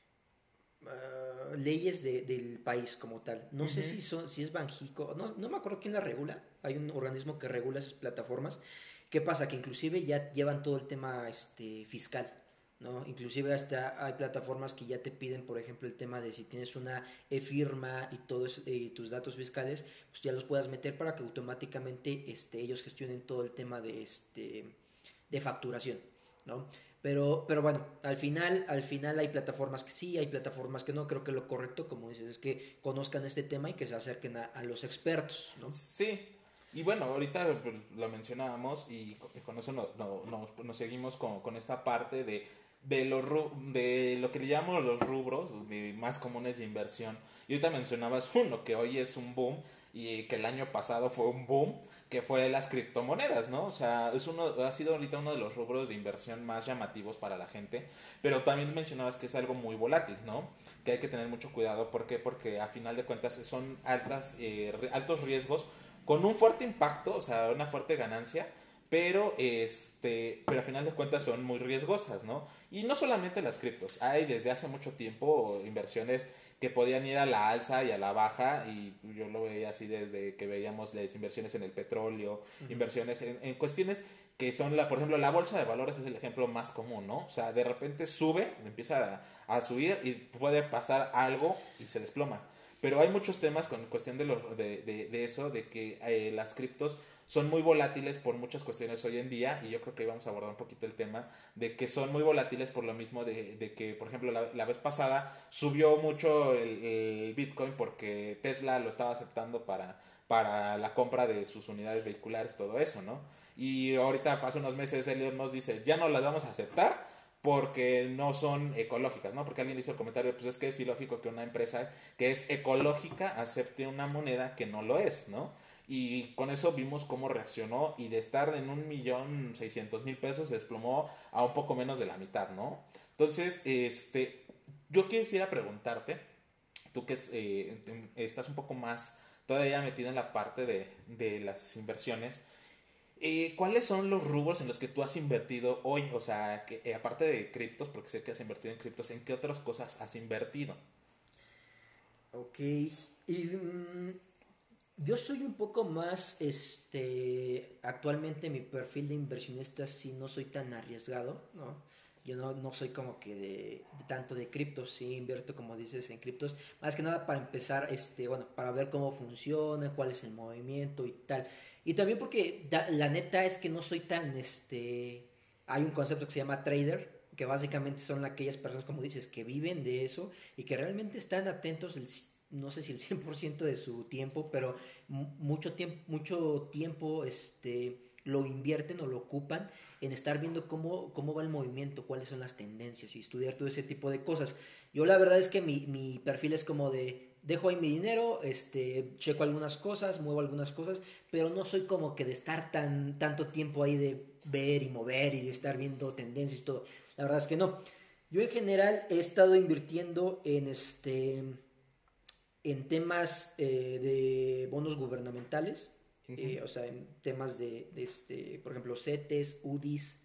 uh, leyes de, del país como tal. No uh-huh. sé si, son, si es Banjico, no, no me acuerdo quién la regula, hay un organismo que regula esas plataformas. ¿Qué pasa? Que inclusive ya llevan todo el tema este, fiscal, ¿no? Inclusive hasta hay plataformas que ya te piden, por ejemplo, el tema de si tienes una e-firma y todos eh, tus datos fiscales, pues ya los puedas meter para que automáticamente este, ellos gestionen todo el tema de, este, de facturación, ¿no? Pero, pero bueno, al final, al final hay plataformas que sí, hay plataformas que no. Creo que lo correcto, como dices, es que conozcan este tema y que se acerquen a, a los expertos, ¿no? Sí, y bueno, ahorita pues, lo mencionábamos y con, y con eso no, no, nos, nos seguimos con, con esta parte de, de, los ru- de lo que le llamamos los rubros de más comunes de inversión. Y ahorita mencionabas uno que hoy es un boom y que el año pasado fue un boom, que fue las criptomonedas, ¿no? O sea, es uno, ha sido ahorita uno de los rubros de inversión más llamativos para la gente, pero también mencionabas que es algo muy volátil, ¿no? Que hay que tener mucho cuidado, ¿por qué? Porque a final de cuentas son altas, eh, re- altos riesgos con un fuerte impacto, o sea, una fuerte ganancia, pero este, pero a final de cuentas son muy riesgosas, ¿no? Y no solamente las criptos, hay desde hace mucho tiempo inversiones que podían ir a la alza y a la baja, y yo lo veía así desde que veíamos las inversiones en el petróleo, uh-huh. inversiones en, en cuestiones que son, la por ejemplo, la bolsa de valores es el ejemplo más común, ¿no? O sea, de repente sube, empieza a, a subir y puede pasar algo y se desploma. Pero hay muchos temas con cuestión de, lo, de, de, de eso, de que eh, las criptos son muy volátiles por muchas cuestiones hoy en día, y yo creo que íbamos a abordar un poquito el tema de que son muy volátiles por lo mismo de, de que, por ejemplo, la, la vez pasada subió mucho el, el Bitcoin porque Tesla lo estaba aceptando para, para la compra de sus unidades vehiculares, todo eso, ¿no? Y ahorita, hace unos meses, Elon nos dice, ya no las vamos a aceptar porque no son ecológicas, ¿no? Porque alguien hizo el comentario, pues es que es ilógico que una empresa que es ecológica acepte una moneda que no lo es, ¿no? Y con eso vimos cómo reaccionó, y de estar en un millón seiscientos mil pesos se desplomó a un poco menos de la mitad, ¿no? Entonces, este, yo quisiera preguntarte, tú que eh, estás un poco más todavía metido en la parte de, de las inversiones, eh, ¿cuáles son los rubros en los que tú has invertido hoy? O sea, que, eh, aparte de criptos, porque sé que has invertido en criptos, ¿en qué otras cosas has invertido? Ok, y mm, yo soy un poco más, este, actualmente mi perfil de inversionista sí no soy tan arriesgado, ¿no? Yo no, no soy como que de, de tanto de criptos, sí invierto como dices en criptos, más que nada para empezar, este, bueno, para ver cómo funciona, cuál es el movimiento y tal. Y también porque da, la neta es que no soy tan, este, hay un concepto que se llama trader, que básicamente son aquellas personas, como dices, que viven de eso y que realmente están atentos, el, no sé si el cien por ciento de su tiempo, pero mucho tiempo, mucho tiempo este, lo invierten o lo ocupan en estar viendo cómo, cómo va el movimiento, cuáles son las tendencias y estudiar todo ese tipo de cosas. Yo la verdad es que mi, mi perfil es como de, dejo ahí mi dinero, este, checo algunas cosas, muevo algunas cosas, pero no soy como que de estar tan, tanto tiempo ahí de ver y mover y de estar viendo tendencias y todo. La verdad es que no. Yo en general he estado invirtiendo en este en temas eh, de bonos gubernamentales, uh-huh. eh, o sea, en temas de, de este, por ejemplo, CETES, UDIs,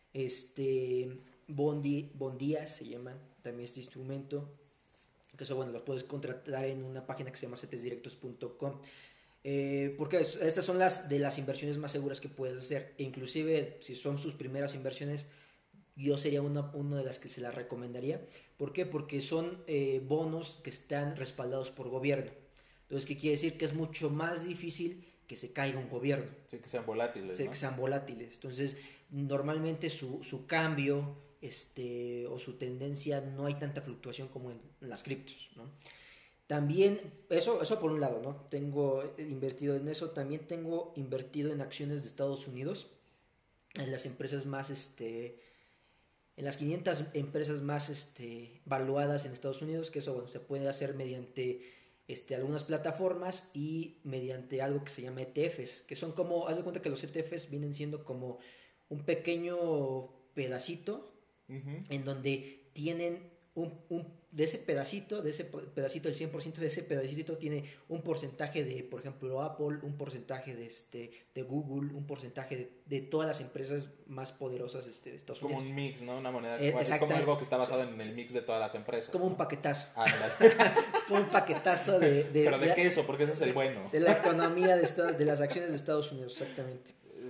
este, bondi, bondías se llaman también este instrumento, que eso, bueno, los puedes contratar en una página que se llama cetes directos punto com. Eh, porque estas son las de las inversiones más seguras que puedes hacer, e inclusive si son sus primeras inversiones, yo sería una, una de las que se las recomendaría. ¿Por qué? Porque son eh, bonos que están respaldados por gobierno. Entonces, ¿qué quiere decir? Que es mucho más difícil que se caiga un gobierno. Sí, que sean volátiles, sí, ¿no? Que sean volátiles. Entonces, normalmente su, su cambio este, o su tendencia, no hay tanta fluctuación como en, en las criptos, ¿no? También, eso, eso por un lado, ¿no? Tengo invertido en eso. También tengo invertido en acciones de Estados Unidos, en las empresas más, este, en las quinientas empresas más, este, valuadas en Estados Unidos, que eso, bueno, se puede hacer mediante, este, algunas plataformas y mediante algo que se llama E T Fs, que son como, haz de cuenta que los E T Fs vienen siendo como un pequeño pedacito, uh-huh. en donde tienen un, un de ese pedacito, de ese pedacito, el cien por ciento de ese pedacito tiene un porcentaje de, por ejemplo, Apple, un porcentaje de, este, de Google, un porcentaje de, de todas las empresas más poderosas este, de Estados Unidos. Es como un mix, ¿no? Una moneda. Eh, es como algo que está basado en el mix de todas las empresas. Es como ¿no? un paquetazo. Ah, es como un paquetazo de... de ¿Pero de, de qué eso? Porque ese es el bueno. De la economía de, Estados, de las acciones de Estados Unidos, exactamente.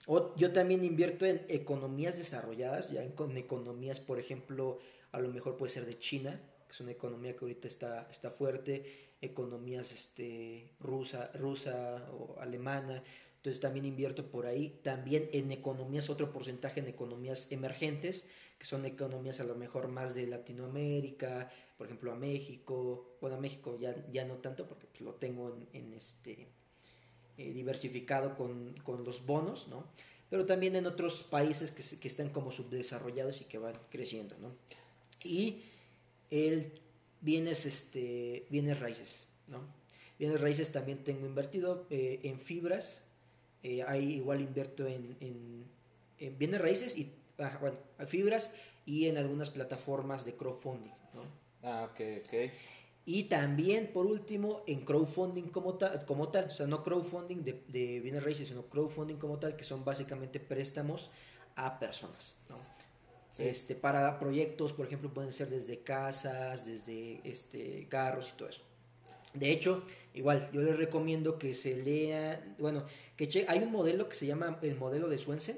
O yo también invierto en economías desarrolladas, ya en con economías, por ejemplo, a lo mejor puede ser de China, que es una economía que ahorita está, está fuerte, economías este, rusa, rusa o alemana, entonces también invierto por ahí, también en economías, otro porcentaje en economías emergentes, que son economías a lo mejor más de Latinoamérica, por ejemplo a México, bueno a México ya, ya no tanto porque pues, lo tengo en, en este eh, diversificado con, con los bonos, ¿no? Pero también en otros países que, que están como subdesarrollados y que van creciendo, ¿no? Y el bienes, este, bienes raíces, ¿no? Bienes raíces también tengo invertido eh, en fibras, eh, ahí igual invierto en, en, en bienes raíces y, ah, bueno, fibras y en algunas plataformas de crowdfunding, ¿no? Ah, ok, ok. Y también, por último, en crowdfunding como tal, como tal o sea, no crowdfunding de, de bienes raíces, sino crowdfunding como tal, que son básicamente préstamos a personas, ¿no? Sí. Este, para proyectos, por ejemplo, pueden ser desde casas, desde este, carros y todo eso. De hecho, igual, yo les recomiendo que se lea, bueno, que che, hay un modelo que se llama el modelo de Swensen,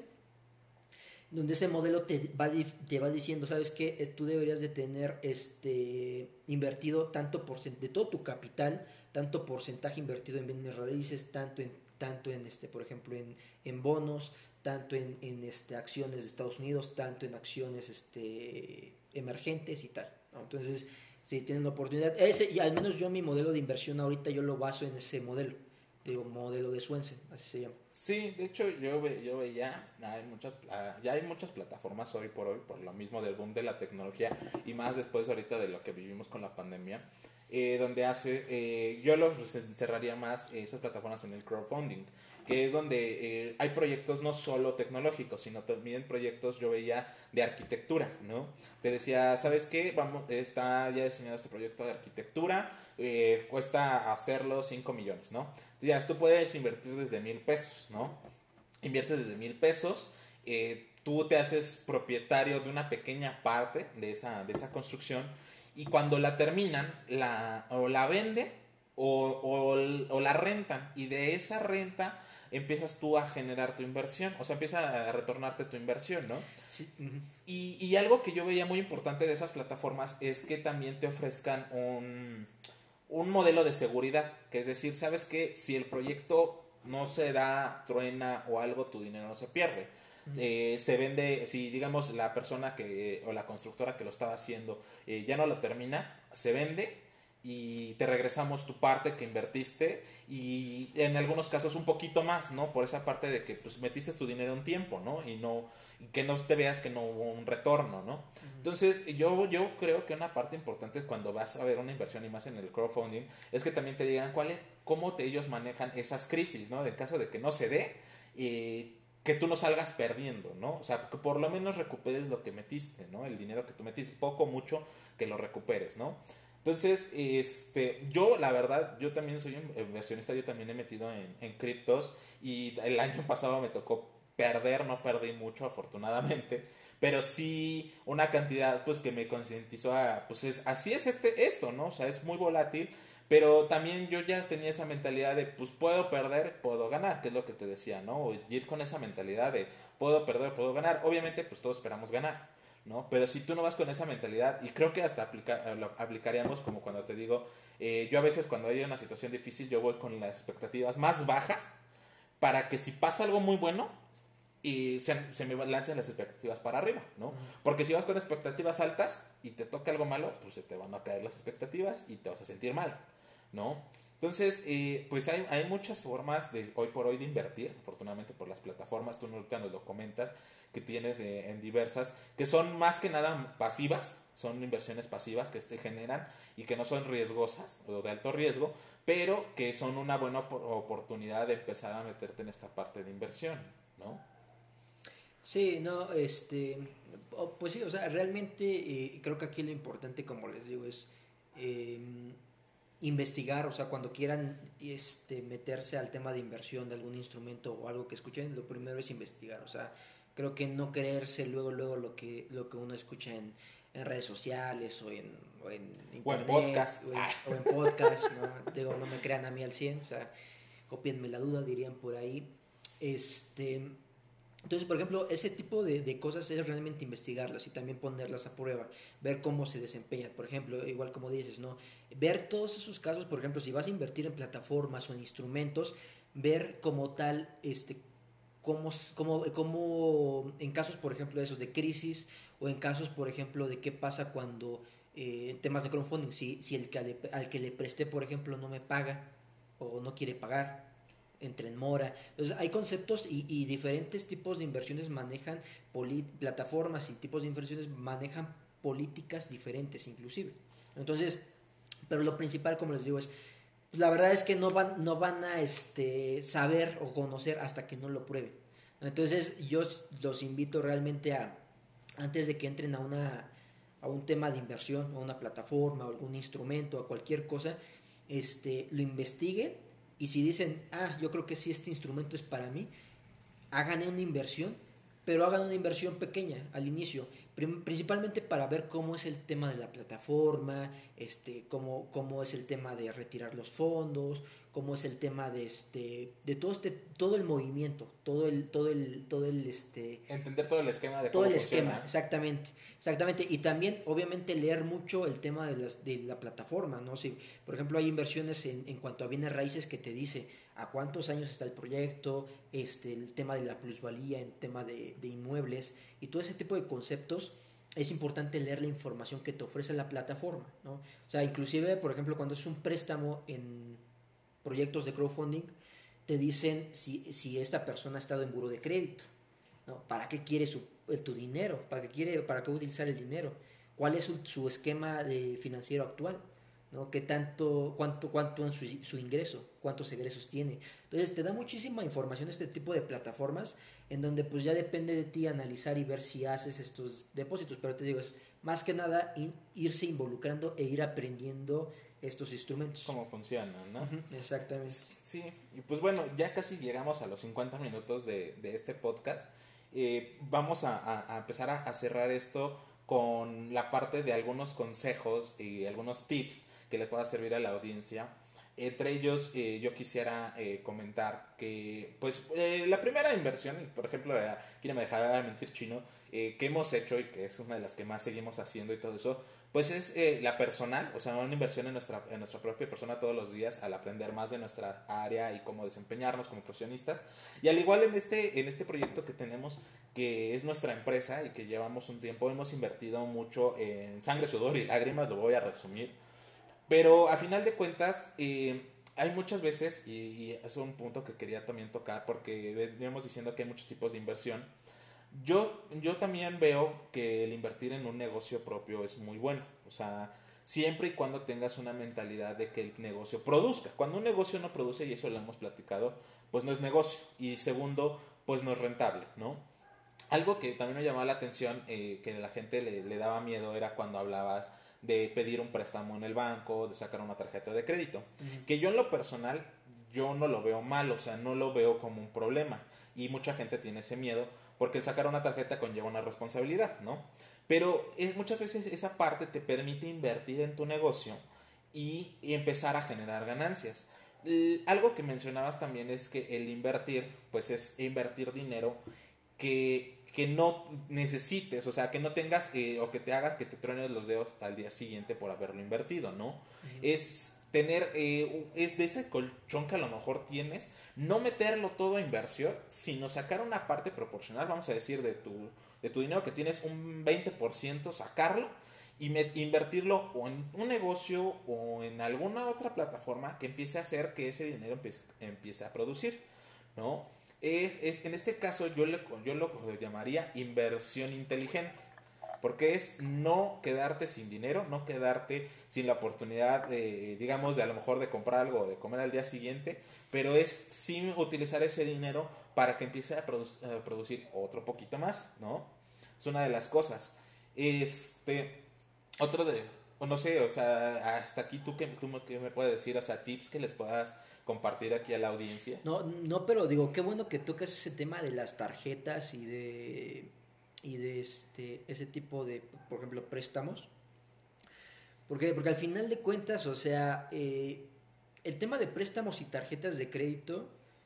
donde ese modelo te va, te va diciendo, ¿sabes qué? Tú deberías de tener este invertido tanto por de todo tu capital, tanto porcentaje invertido en bienes raíces, tanto en tanto en este, por ejemplo, en, en bonos, tanto en, en este acciones de Estados Unidos, tanto en acciones este emergentes y tal, ¿no? Entonces, si tienen la oportunidad, ese y al menos yo mi modelo de inversión ahorita yo lo baso en ese modelo, digo, modelo de Swensen, así se llama. Sí, de hecho yo ve, yo veía, hay muchas, ah, ya hay muchas plataformas hoy por hoy, por lo mismo del boom de la tecnología y más después ahorita de lo que vivimos con la pandemia, eh, donde hace, eh, yo lo encerraría más eh, esas plataformas en el crowdfunding, que es donde eh, hay proyectos no solo tecnológicos, sino también proyectos, yo veía, de arquitectura, ¿no? Te decía, ¿sabes qué? Vamos, está ya diseñado este proyecto de arquitectura, eh, cuesta hacerlo cinco millones, ¿no? Ya, tú puedes invertir desde mil pesos, ¿no? Inviertes desde mil pesos, eh, tú te haces propietario de una pequeña parte de esa, de esa construcción y cuando la terminan, la, o la venden o, o, o la rentan y de esa renta empiezas tú a generar tu inversión, o sea, empieza a retornarte tu inversión, ¿no? Sí, uh-huh. Y, y algo que yo veía muy importante de esas plataformas es que también te ofrezcan un, un modelo de seguridad, que es decir, sabes que si el proyecto no se da, truena o algo, tu dinero no se pierde. Uh-huh. Eh, se vende, si digamos la persona que o la constructora que lo estaba haciendo eh, ya no lo termina, se vende y te regresamos tu parte que invertiste y en algunos casos un poquito más, ¿no? Por esa parte de que pues metiste tu dinero un tiempo, ¿no? Y no y que no te veas que no hubo un retorno, ¿no? Uh-huh. Entonces yo, yo creo que una parte importante cuando vas a ver una inversión y más en el crowdfunding es que también te digan cuál es, cómo te, ellos manejan esas crisis, ¿no? En caso de que no se dé, eh, que tú no salgas perdiendo, ¿no? O sea, que por lo menos recuperes lo que metiste, ¿no? El dinero que tú metiste, poco, mucho, que lo recuperes, ¿no? Entonces, este, yo la verdad, yo también soy un inversionista, yo también he metido en, en criptos y el año pasado me tocó perder, no perdí mucho afortunadamente, pero sí una cantidad pues que me concientizó a, pues es, así es este, esto, ¿no? O sea, es muy volátil, pero también yo ya tenía esa mentalidad de pues puedo perder, puedo ganar, que es lo que te decía, ¿no? O ir con esa mentalidad de puedo perder, puedo ganar, obviamente pues todos esperamos ganar, ¿no? Pero si tú no vas con esa mentalidad, y creo que hasta aplica, lo aplicaríamos como cuando te digo, eh, yo a veces cuando hay una situación difícil, yo voy con las expectativas más bajas para que si pasa algo muy bueno, y se, se me lancen las expectativas para arriba, ¿no? Uh-huh. Porque si vas con expectativas altas y te toca algo malo, pues se te van a caer las expectativas y te vas a sentir mal, ¿no? Entonces, eh, pues hay, hay muchas formas de hoy por hoy de invertir, afortunadamente por las plataformas, tú ahorita nos lo comentas, que tienes eh, en diversas, que son más que nada pasivas, son inversiones pasivas que te generan y que no son riesgosas o de alto riesgo, pero que son una buena op- oportunidad de empezar a meterte en esta parte de inversión, ¿no? Sí, no, este, pues sí, o sea, realmente eh, creo que aquí lo importante, como les digo, es eh, investigar, o sea, cuando quieran este, meterse al tema de inversión de algún instrumento o algo que escuchen, lo primero es investigar, o sea, creo que no creerse luego, luego lo que, lo que uno escucha en, en redes sociales o en, o en internet o en podcast, o en, o en podcast, ¿no? Digo, no me crean a mí al cien, o sea, copienme la duda, dirían por ahí, este... Entonces, por ejemplo, ese tipo de, de cosas es realmente investigarlas y también ponerlas a prueba, ver cómo se desempeñan. Por ejemplo, igual como dices, ¿no? Ver todos esos casos, por ejemplo, si vas a invertir en plataformas o en instrumentos, ver como tal, este, cómo, cómo, cómo en casos, por ejemplo, de esos de crisis o en casos, por ejemplo, de qué pasa cuando eh, temas de crowdfunding, si, si el que le, al que le presté, por ejemplo, no me paga o no quiere pagar, entre en mora. Entonces hay conceptos y, y diferentes tipos de inversiones manejan plataformas y tipos de inversiones manejan políticas diferentes inclusive. Entonces, pero lo principal, como les digo, es pues la verdad es que no van, no van a este, saber o conocer hasta que no lo prueben. Entonces yo los invito realmente a, antes de que entren a, una, a un tema de inversión, a una plataforma, a algún instrumento, a cualquier cosa, este, lo investiguen y si dicen, ah, yo creo que sí este instrumento es para mí, hagan una inversión, pero hagan una inversión pequeña al inicio, principalmente para ver cómo es el tema de la plataforma, este, cómo, cómo es el tema de retirar los fondos, cómo es el tema de este, de todo este, todo el movimiento, todo el, todo el, todo el este, entender todo el esquema de todo cómo el funciona. esquema, exactamente, exactamente, y también obviamente leer mucho el tema de, las, de la plataforma, ¿no? Si, por ejemplo, hay inversiones en, en cuanto a bienes raíces que te dice a cuántos años está el proyecto, este, el tema de la plusvalía, el tema de, de inmuebles y todo ese tipo de conceptos. Es importante leer la información que te ofrece la plataforma, ¿no? O sea, inclusive, por ejemplo, cuando es un préstamo en proyectos de crowdfunding, te dicen si, si esta persona ha estado en buro de crédito, ¿no? ¿Para qué quiere su, tu dinero? ¿Para qué quiere, para qué utilizar el dinero? ¿Cuál es su, su esquema de financiero actual? ¿No? ¿Qué tanto, cuánto, cuánto en su, su ingreso? ¿Cuántos egresos tiene? Entonces te da muchísima información este tipo de plataformas en donde pues ya depende de ti analizar y ver si haces estos depósitos, pero te digo, es más que nada in, irse involucrando e ir aprendiendo estos instrumentos. Cómo funcionan, ¿no? Uh-huh, exactamente. Sí, y pues bueno, ya casi llegamos a los cincuenta minutos de, de este podcast. Eh, vamos a, a, a empezar a, a cerrar esto con la parte de algunos consejos y algunos tips que le pueda servir a la audiencia. Entre ellos, eh, yo quisiera eh, comentar que, pues, eh, la primera inversión, por ejemplo, eh, aquí no me dejará mentir Chino, eh, que hemos hecho y que es una de las que más seguimos haciendo y todo eso, pues es eh, la personal, o sea, una inversión en nuestra, en nuestra propia persona todos los días al aprender más de nuestra área y cómo desempeñarnos como profesionistas. Y al igual en este, en este proyecto que tenemos, que es nuestra empresa y que llevamos un tiempo, hemos invertido mucho en sangre, sudor y lágrimas, lo voy a resumir. Pero a final de cuentas, eh, hay muchas veces, y, y es un punto que quería también tocar, porque veníamos diciendo que hay muchos tipos de inversión. Yo, yo también veo que el invertir en un negocio propio es muy bueno. O sea, siempre y cuando tengas una mentalidad de que el negocio produzca. Cuando un negocio no produce, y eso lo hemos platicado, pues no es negocio. Y segundo, pues no es rentable, ¿no? Algo que también me llamaba la atención, eh, que la gente le, le daba miedo, era cuando hablabas de pedir un préstamo en el banco, de sacar una tarjeta de crédito. Uh-huh. Que yo en lo personal, yo no lo veo mal, o sea, no lo veo como un problema. Y mucha gente tiene ese miedo porque el sacar una tarjeta conlleva una responsabilidad, ¿no? Pero es, muchas veces esa parte te permite invertir en tu negocio y, y empezar a generar ganancias. L- algo que mencionabas también es que el invertir, pues es invertir dinero que, que no necesites, o sea, que no tengas eh, o que te hagas que te truenes los dedos al día siguiente por haberlo invertido, ¿no? Uh-huh. Es tener, eh, es de ese colchón que a lo mejor tienes, no meterlo todo a inversión, sino sacar una parte proporcional, vamos a decir, de tu, de tu dinero que tienes un veinte por ciento, sacarlo y me, invertirlo o en un negocio o en alguna otra plataforma que empiece a hacer que ese dinero empiece, empiece a producir, ¿no? Es, es, en este caso yo, le, yo lo llamaría inversión inteligente, porque es no quedarte sin dinero, no quedarte sin la oportunidad de, digamos, de a lo mejor de comprar algo o de comer al día siguiente, pero es sin utilizar ese dinero para que empiece a, produ- a producir otro poquito más, ¿no? Es una de las cosas. Este, otro de, no sé, o sea, hasta aquí tú que tú me, que me puedes decir, o sea, tips que les puedas compartir aquí a la audiencia. No, no, pero digo, qué bueno que tocas ese tema de las tarjetas y de y de este ese tipo de, por ejemplo, préstamos. Porque, porque al final de cuentas, o sea, eh, el tema de préstamos y tarjetas de crédito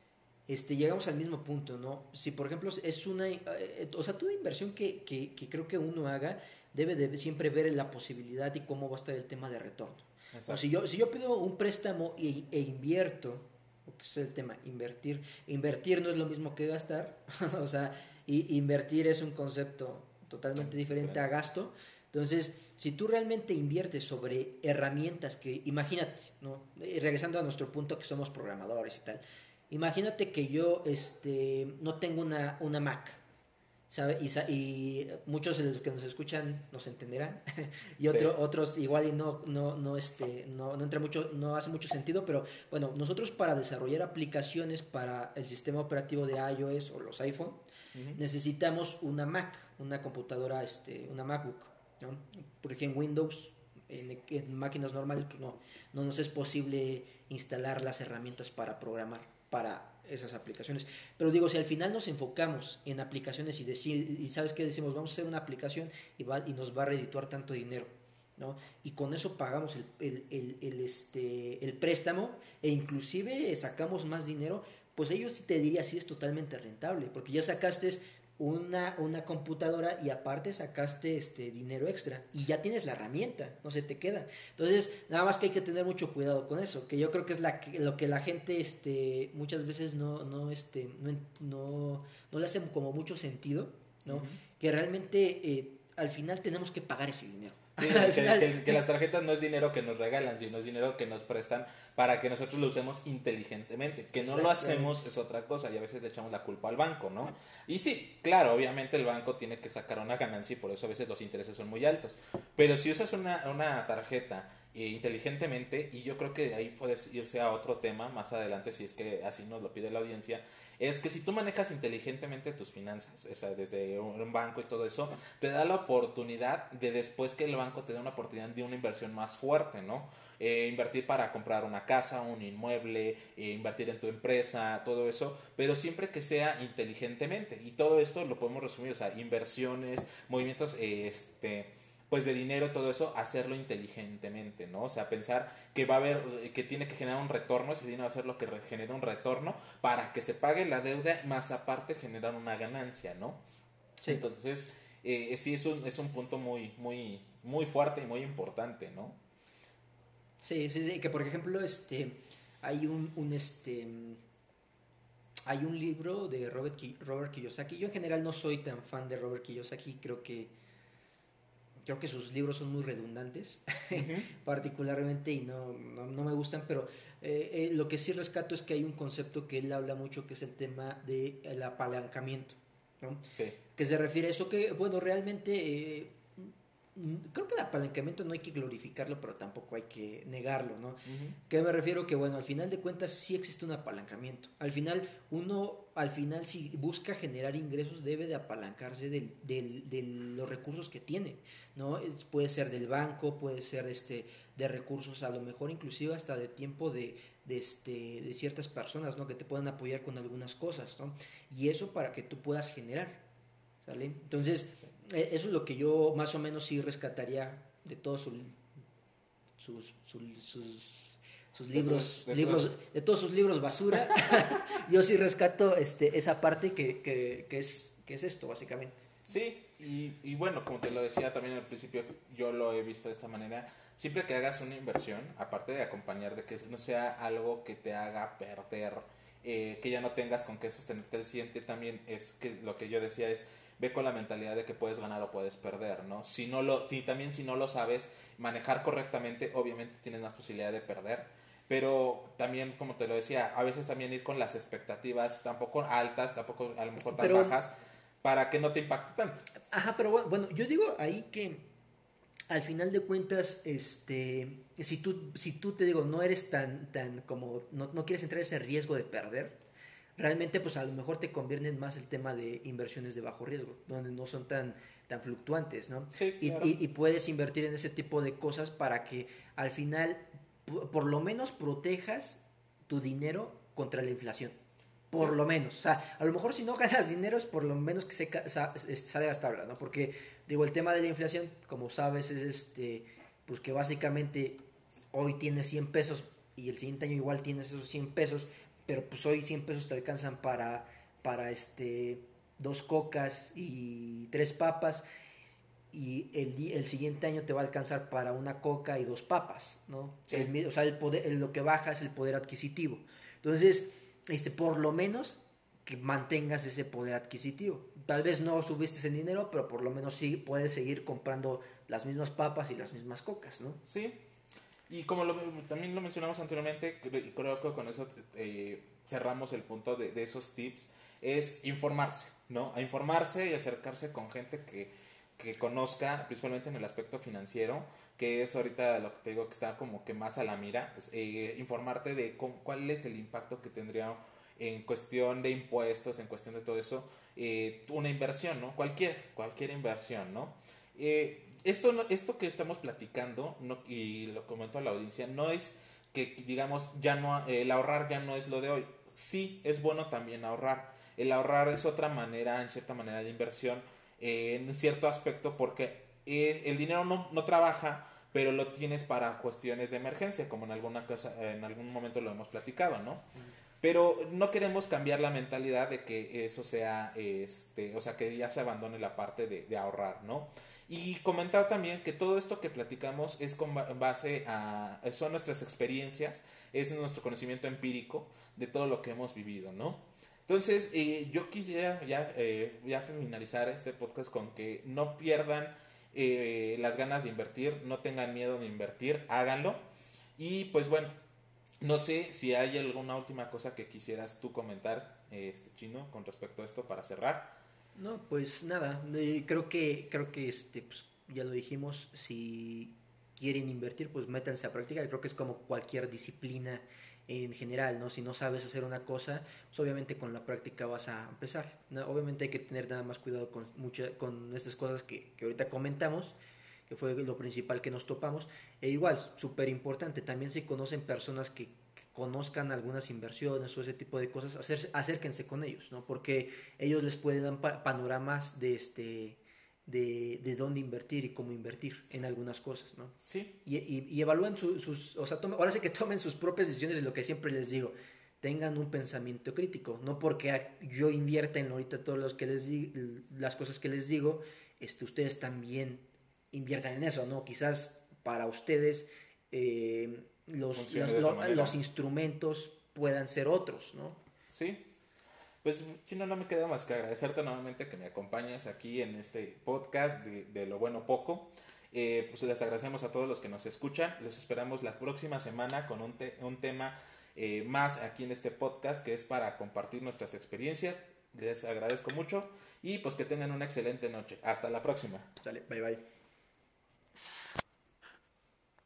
este, llegamos al mismo punto, ¿no? Si por ejemplo es una, eh, o sea, toda inversión que, que, que creo que uno haga debe de siempre ver la posibilidad y cómo va a estar el tema de retorno. O si yo, si yo pido un préstamo e, e invierto, que es el tema, invertir, invertir no es lo mismo que gastar, o sea, y, invertir es un concepto totalmente diferente a gasto. Entonces, si tú realmente inviertes sobre herramientas que, imagínate, ¿no? Y regresando a nuestro punto que somos programadores y tal, imagínate que yo este, no tengo una, una Mac, ¿sabe? Y, y muchos de los que nos escuchan nos entenderán y otro, sí. Otros igual y no, no, no, este, no, no entra mucho, no hace mucho sentido, pero bueno, nosotros para desarrollar aplicaciones para el sistema operativo de iOS o los iPhone, uh-huh. necesitamos una Mac, una computadora, este, una MacBook, ¿no? Porque en Windows, en, en máquinas normales, pues no, no nos es posible instalar las herramientas para programar para esas aplicaciones. Pero digo, si al final nos enfocamos en aplicaciones y decir, y sabes qué decimos, vamos a hacer una aplicación y, va, y nos va a redituar tanto dinero, ¿no? Y con eso pagamos el, el, el, el, este, el préstamo e inclusive sacamos más dinero, pues ellos te diría sí es totalmente rentable, porque ya sacaste una, una computadora y aparte sacaste este dinero extra y ya tienes la herramienta, no se te queda. Entonces, nada más que hay que tener mucho cuidado con eso, que yo creo que es la, lo que la gente este, muchas veces no, no, este, no, no, no le hace como mucho sentido, ¿no? Uh-huh. Que realmente eh, al final tenemos que pagar ese dinero. Sí, que, final... que, que las tarjetas no es dinero que nos regalan, sino es dinero que nos prestan para que nosotros lo usemos inteligentemente. Que no lo hacemos es otra cosa y a veces le echamos la culpa al banco, ¿no? Y sí, claro, obviamente el banco tiene que sacar una ganancia y por eso a veces los intereses son muy altos. Pero si usas una, una tarjeta eh, inteligentemente, y yo creo que de ahí puedes irse a otro tema más adelante si es que así nos lo pide la audiencia, es que si tú manejas inteligentemente tus finanzas, o sea, desde un banco y todo eso, te da la oportunidad de después que el banco te dé una oportunidad de una inversión más fuerte, ¿no? Eh, invertir para comprar una casa, un inmueble, eh, invertir en tu empresa, todo eso, pero siempre que sea inteligentemente. Y todo esto lo podemos resumir, o sea, inversiones, movimientos, eh, este... pues de dinero, todo eso, hacerlo inteligentemente, ¿no? O sea, pensar que va a haber, que tiene que generar un retorno, ese dinero va a ser lo que genera un retorno para que se pague la deuda, más aparte generar una ganancia, ¿no? Sí. Entonces, eh, sí es un, es un punto muy, muy, muy fuerte y muy importante, ¿no? Sí, sí, sí, que por ejemplo, este, hay un, un este... hay un libro de Robert, Ki- Robert Kiyosaki. Yo en general no soy tan fan de Robert Kiyosaki, creo que Creo que sus libros son muy redundantes, uh-huh. particularmente, y no, no, no me gustan, pero eh, eh, lo que sí rescato es que hay un concepto que él habla mucho, que es el tema del apalancamiento, ¿no? Sí. Que se refiere a eso que, bueno, realmente, eh, creo que el apalancamiento no hay que glorificarlo, pero tampoco hay que negarlo, ¿no? Uh-huh. ¿Qué me refiero? Que, bueno, al final de cuentas sí existe un apalancamiento. Al final, uno, al final, si busca generar ingresos, debe de apalancarse del, del, de los recursos que tiene, ¿no? Puede ser del banco, puede ser este de recursos, a lo mejor inclusive hasta de tiempo de, de, este, de ciertas personas, ¿no? Que te puedan apoyar con algunas cosas, ¿no? Y eso para que tú puedas generar, ¿sale? Entonces, eso es lo que yo más o menos sí rescataría de todos sus, sus, sus, sus, sus libros, de, de, libros, de todos sus libros basura. Yo sí rescato este, esa parte que, que, que, es, que es esto, básicamente. Sí, y, y bueno, como te lo decía también al principio, yo lo he visto de esta manera. Siempre que hagas una inversión, aparte de acompañar de que no sea algo que te haga perder, eh, que ya no tengas con qué sostenerte el siguiente, también es que lo que yo decía es, ve con la mentalidad de que puedes ganar o puedes perder, ¿no? Si no lo, si también si no lo sabes manejar correctamente, obviamente tienes más posibilidad de perder. Pero también, como te lo decía, a veces también ir con las expectativas tampoco altas, tampoco a lo mejor tan pero, bajas, para que no te impacte tanto. Ajá, pero bueno, yo digo ahí que al final de cuentas, este, si tú, si tú te digo, no eres tan, tan como, no, no quieres entrar en ese riesgo de perder, realmente pues a lo mejor te conviene más el tema de inversiones de bajo riesgo, donde no son tan, tan fluctuantes, ¿no? Sí, claro. y, y, y puedes invertir en ese tipo de cosas para que al final por lo menos protejas tu dinero contra la inflación. Por sí. lo menos. O sea, a lo mejor si no ganas dinero es por lo menos que se sa, salgas tabla, ¿no? Porque, digo, el tema de la inflación, como sabes, es este, pues que básicamente hoy tienes cien pesos y el siguiente año igual tienes esos cien pesos, pero pues hoy cien pesos te alcanzan para, para este, dos cocas y tres papas, y el, di- el siguiente año te va a alcanzar para una coca y dos papas, ¿no? Sí. El mi- o sea, el poder, el- lo que baja es el poder adquisitivo. Entonces, este, por lo menos que mantengas ese poder adquisitivo. Tal vez no subiste el dinero, pero por lo menos sí puedes seguir comprando las mismas papas y las mismas cocas, ¿no? Sí, y como lo- también lo mencionamos anteriormente, cre- creo que con eso eh, cerramos el punto de, de esos tips, es informarse, ¿no? A informarse y acercarse con gente que, que conozca, principalmente en el aspecto financiero, que es ahorita lo que te digo que está como que más a la mira, es, eh, informarte de cómo- cuál es el impacto que tendría en cuestión de impuestos, en cuestión de todo eso, eh, una inversión, ¿no? Cualquier, cualquier inversión, ¿no? Eh, esto, no- esto que estamos platicando, no, y lo comento a la audiencia, no es que digamos ya no el ahorrar ya no es lo de hoy. Sí es bueno también ahorrar. El ahorrar es otra manera, en cierta manera de inversión, eh, en cierto aspecto, porque eh, el dinero no, no trabaja, pero lo tienes para cuestiones de emergencia, como en alguna cosa, en algún momento lo hemos platicado, ¿no? Pero no queremos cambiar la mentalidad de que eso sea, este, o sea, que ya se abandone la parte de, de ahorrar, ¿no? Y comentar también que todo esto que platicamos es con ba- base a, son nuestras experiencias, es nuestro conocimiento empírico de todo lo que hemos vivido, ¿no? Entonces, eh, yo quisiera ya, eh, ya finalizar este podcast con que no pierdan eh, las ganas de invertir, no tengan miedo de invertir, háganlo. Y pues bueno, no sé si hay alguna última cosa que quisieras tú comentar, eh, este Chino, con respecto a esto para cerrar. No, pues nada, eh, creo que, creo que este, pues, ya lo dijimos, si quieren invertir, pues métanse a practicar. Creo que es como cualquier disciplina en general, ¿no? Si no sabes hacer una cosa, pues obviamente con la práctica vas a empezar, ¿no? Obviamente hay que tener nada más cuidado con, mucha, con estas cosas que, que ahorita comentamos, que fue lo principal que nos topamos. E igual, súper importante, también si conocen personas que, que conozcan algunas inversiones o ese tipo de cosas, hacer, acérquense con ellos, ¿no? Porque ellos les pueden dar pa panoramas de este de, de dónde invertir y cómo invertir en algunas cosas, ¿no? Sí, Y, y, y evalúen su, sus, o sea, tome, ahora sí que tomen sus propias decisiones, de lo que siempre les digo, tengan un pensamiento crítico, no porque yo invierta en ahorita todos los que les di, las cosas que les digo, este, ustedes también inviertan en eso, ¿no? Quizás para ustedes eh, los, funcione los, de otra lo, manera. los instrumentos puedan ser otros, ¿no? Sí, pues Chino, no me queda más que agradecerte nuevamente que me acompañes aquí en este podcast de, de Lo Bueno Poco. Eh, pues les agradecemos a todos los que nos escuchan. Les esperamos la próxima semana con un, te un tema eh, más aquí en este podcast que es para compartir nuestras experiencias. Les agradezco mucho y pues que tengan una excelente noche. Hasta la próxima. Dale, bye bye.